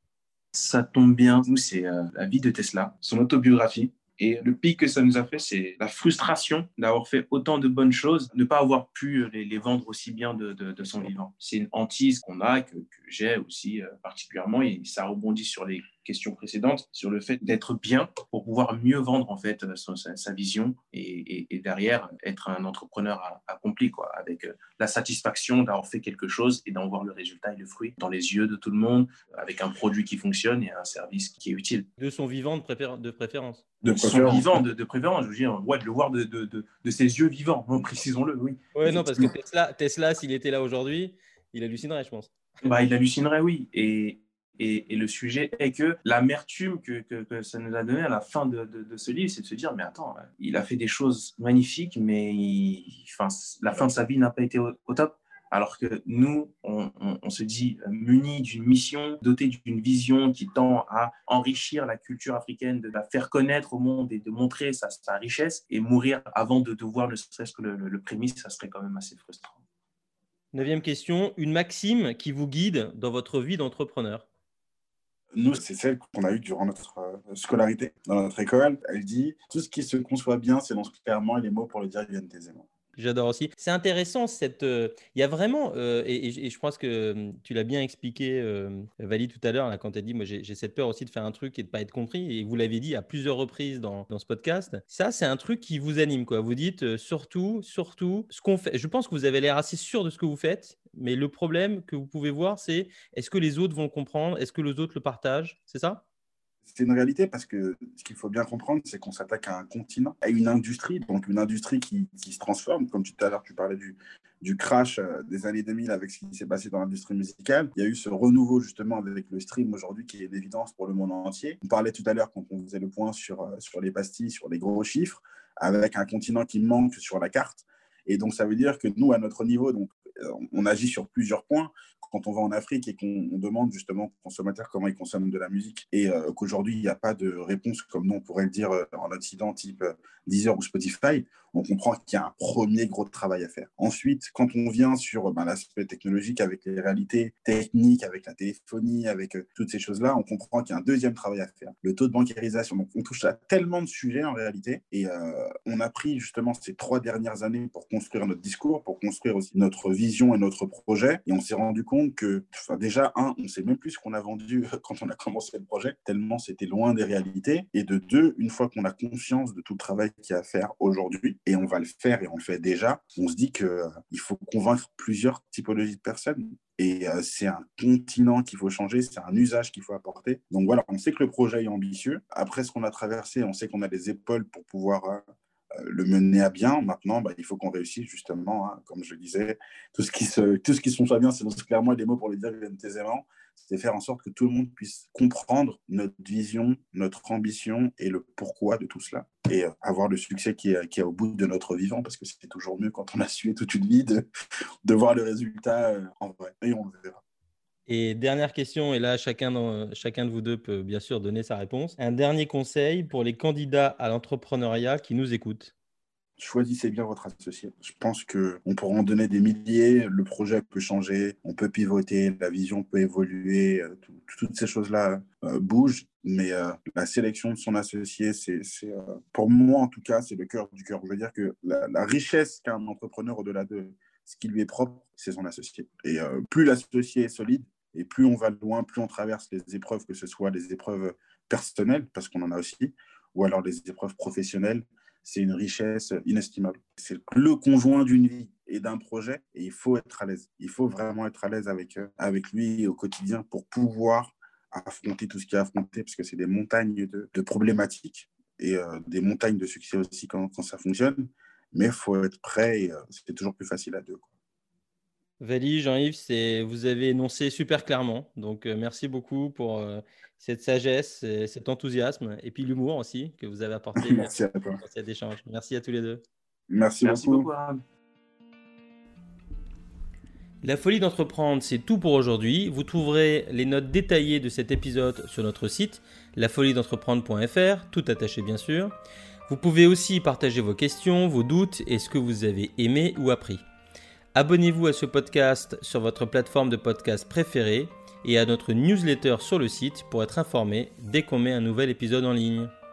Ça tombe bien. Nous, c'est euh, la vie de Tesla, son autobiographie. Et le pic que ça nous a fait, c'est la frustration d'avoir fait autant de bonnes choses, de ne pas avoir pu les, les vendre aussi bien de, de, de son vivant. C'est une hantise qu'on a, que, que j'ai aussi euh, particulièrement, et ça rebondit sur les questions précédentes, sur le fait d'être bien pour pouvoir mieux vendre en fait sa, sa vision et, et, et derrière être un entrepreneur accompli, quoi, avec la satisfaction d'avoir fait quelque chose et d'en voir le résultat et le fruit dans les yeux de tout le monde, avec un produit qui fonctionne et un service qui est utile. De son vivant de, préfé- de préférence. De son vivant de, de préférence, je veux dire, ouais, de le voir de, de, de, de ses yeux vivants, non, précisons-le, oui. Ouais, non, parce que Tesla, Tesla s'il était là aujourd'hui, il hallucinerait, je pense. Bah, il hallucinerait, oui. Et, et, et le sujet est que l'amertume que, que, que ça nous a donné à la fin de, de, de ce livre, c'est de se dire, mais attends, il a fait des choses magnifiques, mais il, enfin, la fin de sa vie n'a pas été au, au top. Alors que nous, on, on, on se dit munis d'une mission, dotés d'une vision qui tend à enrichir la culture africaine, de la faire connaître au monde et de montrer sa, sa richesse, et mourir avant de, de voir ne serait-ce que le, le, le prémisse, ça serait quand même assez frustrant. Neuvième question, une maxime qui vous guide dans votre vie d'entrepreneur? Nous, c'est celle qu'on a eue durant notre euh, scolarité, dans notre école. Elle dit « Tout ce qui se conçoit bien s'énonce clairement et les mots pour le dire viennent aisément ». j'adore aussi. C'est intéressant, cette, euh, il y a vraiment, euh, et, et, et je pense que tu l'as bien expliqué, euh, Vali, tout à l'heure, là, quand tu as dit, moi j'ai, j'ai cette peur aussi de faire un truc et de ne pas être compris, et vous l'avez dit à plusieurs reprises dans, dans ce podcast. Ça, c'est un truc qui vous anime, quoi. Vous dites euh, surtout, surtout, ce qu'on fait. Je pense que vous avez l'air assez sûr de ce que vous faites, mais le problème que vous pouvez voir, c'est est-ce que les autres vont le comprendre? Est-ce que les autres le partagent? C'est ça? C'est une réalité parce que ce qu'il faut bien comprendre, c'est qu'on s'attaque à un continent, à une industrie, donc une industrie qui, qui se transforme. Comme tout à l'heure, tu parlais du, du crash des années deux mille avec ce qui s'est passé dans l'industrie musicale. Il y a eu ce renouveau justement avec le stream aujourd'hui qui est l'évidence pour le monde entier. On parlait tout à l'heure quand on faisait le point sur, sur les pastilles, sur les gros chiffres, avec un continent qui manque sur la carte. Et donc, ça veut dire que nous, à notre niveau, donc, on agit sur plusieurs points. Quand on va en Afrique et qu'on demande justement aux consommateurs comment ils consomment de la musique et euh, qu'aujourd'hui, il n'y a pas de réponse comme nous, on pourrait le dire euh, en Occident, type euh, Deezer ou Spotify, on comprend qu'il y a un premier gros travail à faire. Ensuite, quand on vient sur ben, l'aspect technologique avec les réalités techniques, avec la téléphonie, avec euh, toutes ces choses-là, on comprend qu'il y a un deuxième travail à faire. Le taux de bancarisation. Donc, on touche à tellement de sujets en réalité et euh, on a pris justement ces trois dernières années pour construire notre discours, pour construire aussi notre vision et notre projet. Et on s'est rendu compte que, enfin, déjà, un, on ne sait même plus ce qu'on a vendu quand on a commencé le projet, tellement c'était loin des réalités. Et de deux, une fois qu'on a conscience de tout le travail qu'il y a à faire aujourd'hui, et on va le faire et on le fait déjà, on se dit qu'il euh, faut convaincre plusieurs typologies de personnes. Et euh, c'est un continent qu'il faut changer, c'est un usage qu'il faut apporter. Donc voilà, on sait que le projet est ambitieux. Après ce qu'on a traversé, on sait qu'on a les épaules pour pouvoir euh, le mener à bien. Maintenant, bah, il faut qu'on réussisse justement, hein, comme je le disais, tout ce qui se, tout ce qui se fait bien, c'est clairement des mots pour le dire aisément, c'est faire en sorte que tout le monde puisse comprendre notre vision, notre ambition et le pourquoi de tout cela. Et euh, avoir le succès qui est, qui est au bout de notre vivant, parce que c'est toujours mieux quand on a sué toute une vie de, de voir le résultat euh, en vrai. Et on le verra. Et dernière question, et là, chacun, dans, chacun de vous deux peut bien sûr donner sa réponse. Un dernier conseil pour les candidats à l'entrepreneuriat qui nous écoutent. Choisissez bien votre associé. Je pense qu'on pourra en donner des milliers, le projet peut changer, on peut pivoter, la vision peut évoluer, euh, tout, toutes ces choses-là euh, bougent, mais euh, la sélection de son associé, c'est, c'est euh, pour moi en tout cas, c'est le cœur du cœur. Je veux dire que la, la richesse qu'a un entrepreneur au-delà de ce qui lui est propre, c'est son associé. Et euh, plus l'associé est solide, et plus on va loin, plus on traverse les épreuves, que ce soit les épreuves personnelles, parce qu'on en a aussi, ou alors les épreuves professionnelles, c'est une richesse inestimable. C'est le conjoint d'une vie et d'un projet et il faut être à l'aise. Il faut vraiment être à l'aise avec, avec lui au quotidien pour pouvoir affronter tout ce qu'il y a à affronter parce que c'est des montagnes de, de problématiques et euh, des montagnes de succès aussi quand, quand ça fonctionne. Mais il faut être prêt et euh, c'est toujours plus facile à deux, quoi. Vali, Jean-Yves, c'est, vous avez énoncé super clairement. Donc, euh, merci beaucoup pour euh, cette sagesse, et cet enthousiasme et puis l'humour aussi que vous avez apporté Merci à toi. dans cet échange. Merci à tous les deux. Merci, Merci beaucoup. beaucoup, Aram. La folie d'entreprendre, c'est tout pour aujourd'hui. Vous trouverez les notes détaillées de cet épisode sur notre site la folie d'entreprendre point f r, tout attaché bien sûr. Vous pouvez aussi partager vos questions, vos doutes et ce que vous avez aimé ou appris. Abonnez-vous à ce podcast sur votre plateforme de podcast préférée et à notre newsletter sur le site pour être informé dès qu'on met un nouvel épisode en ligne.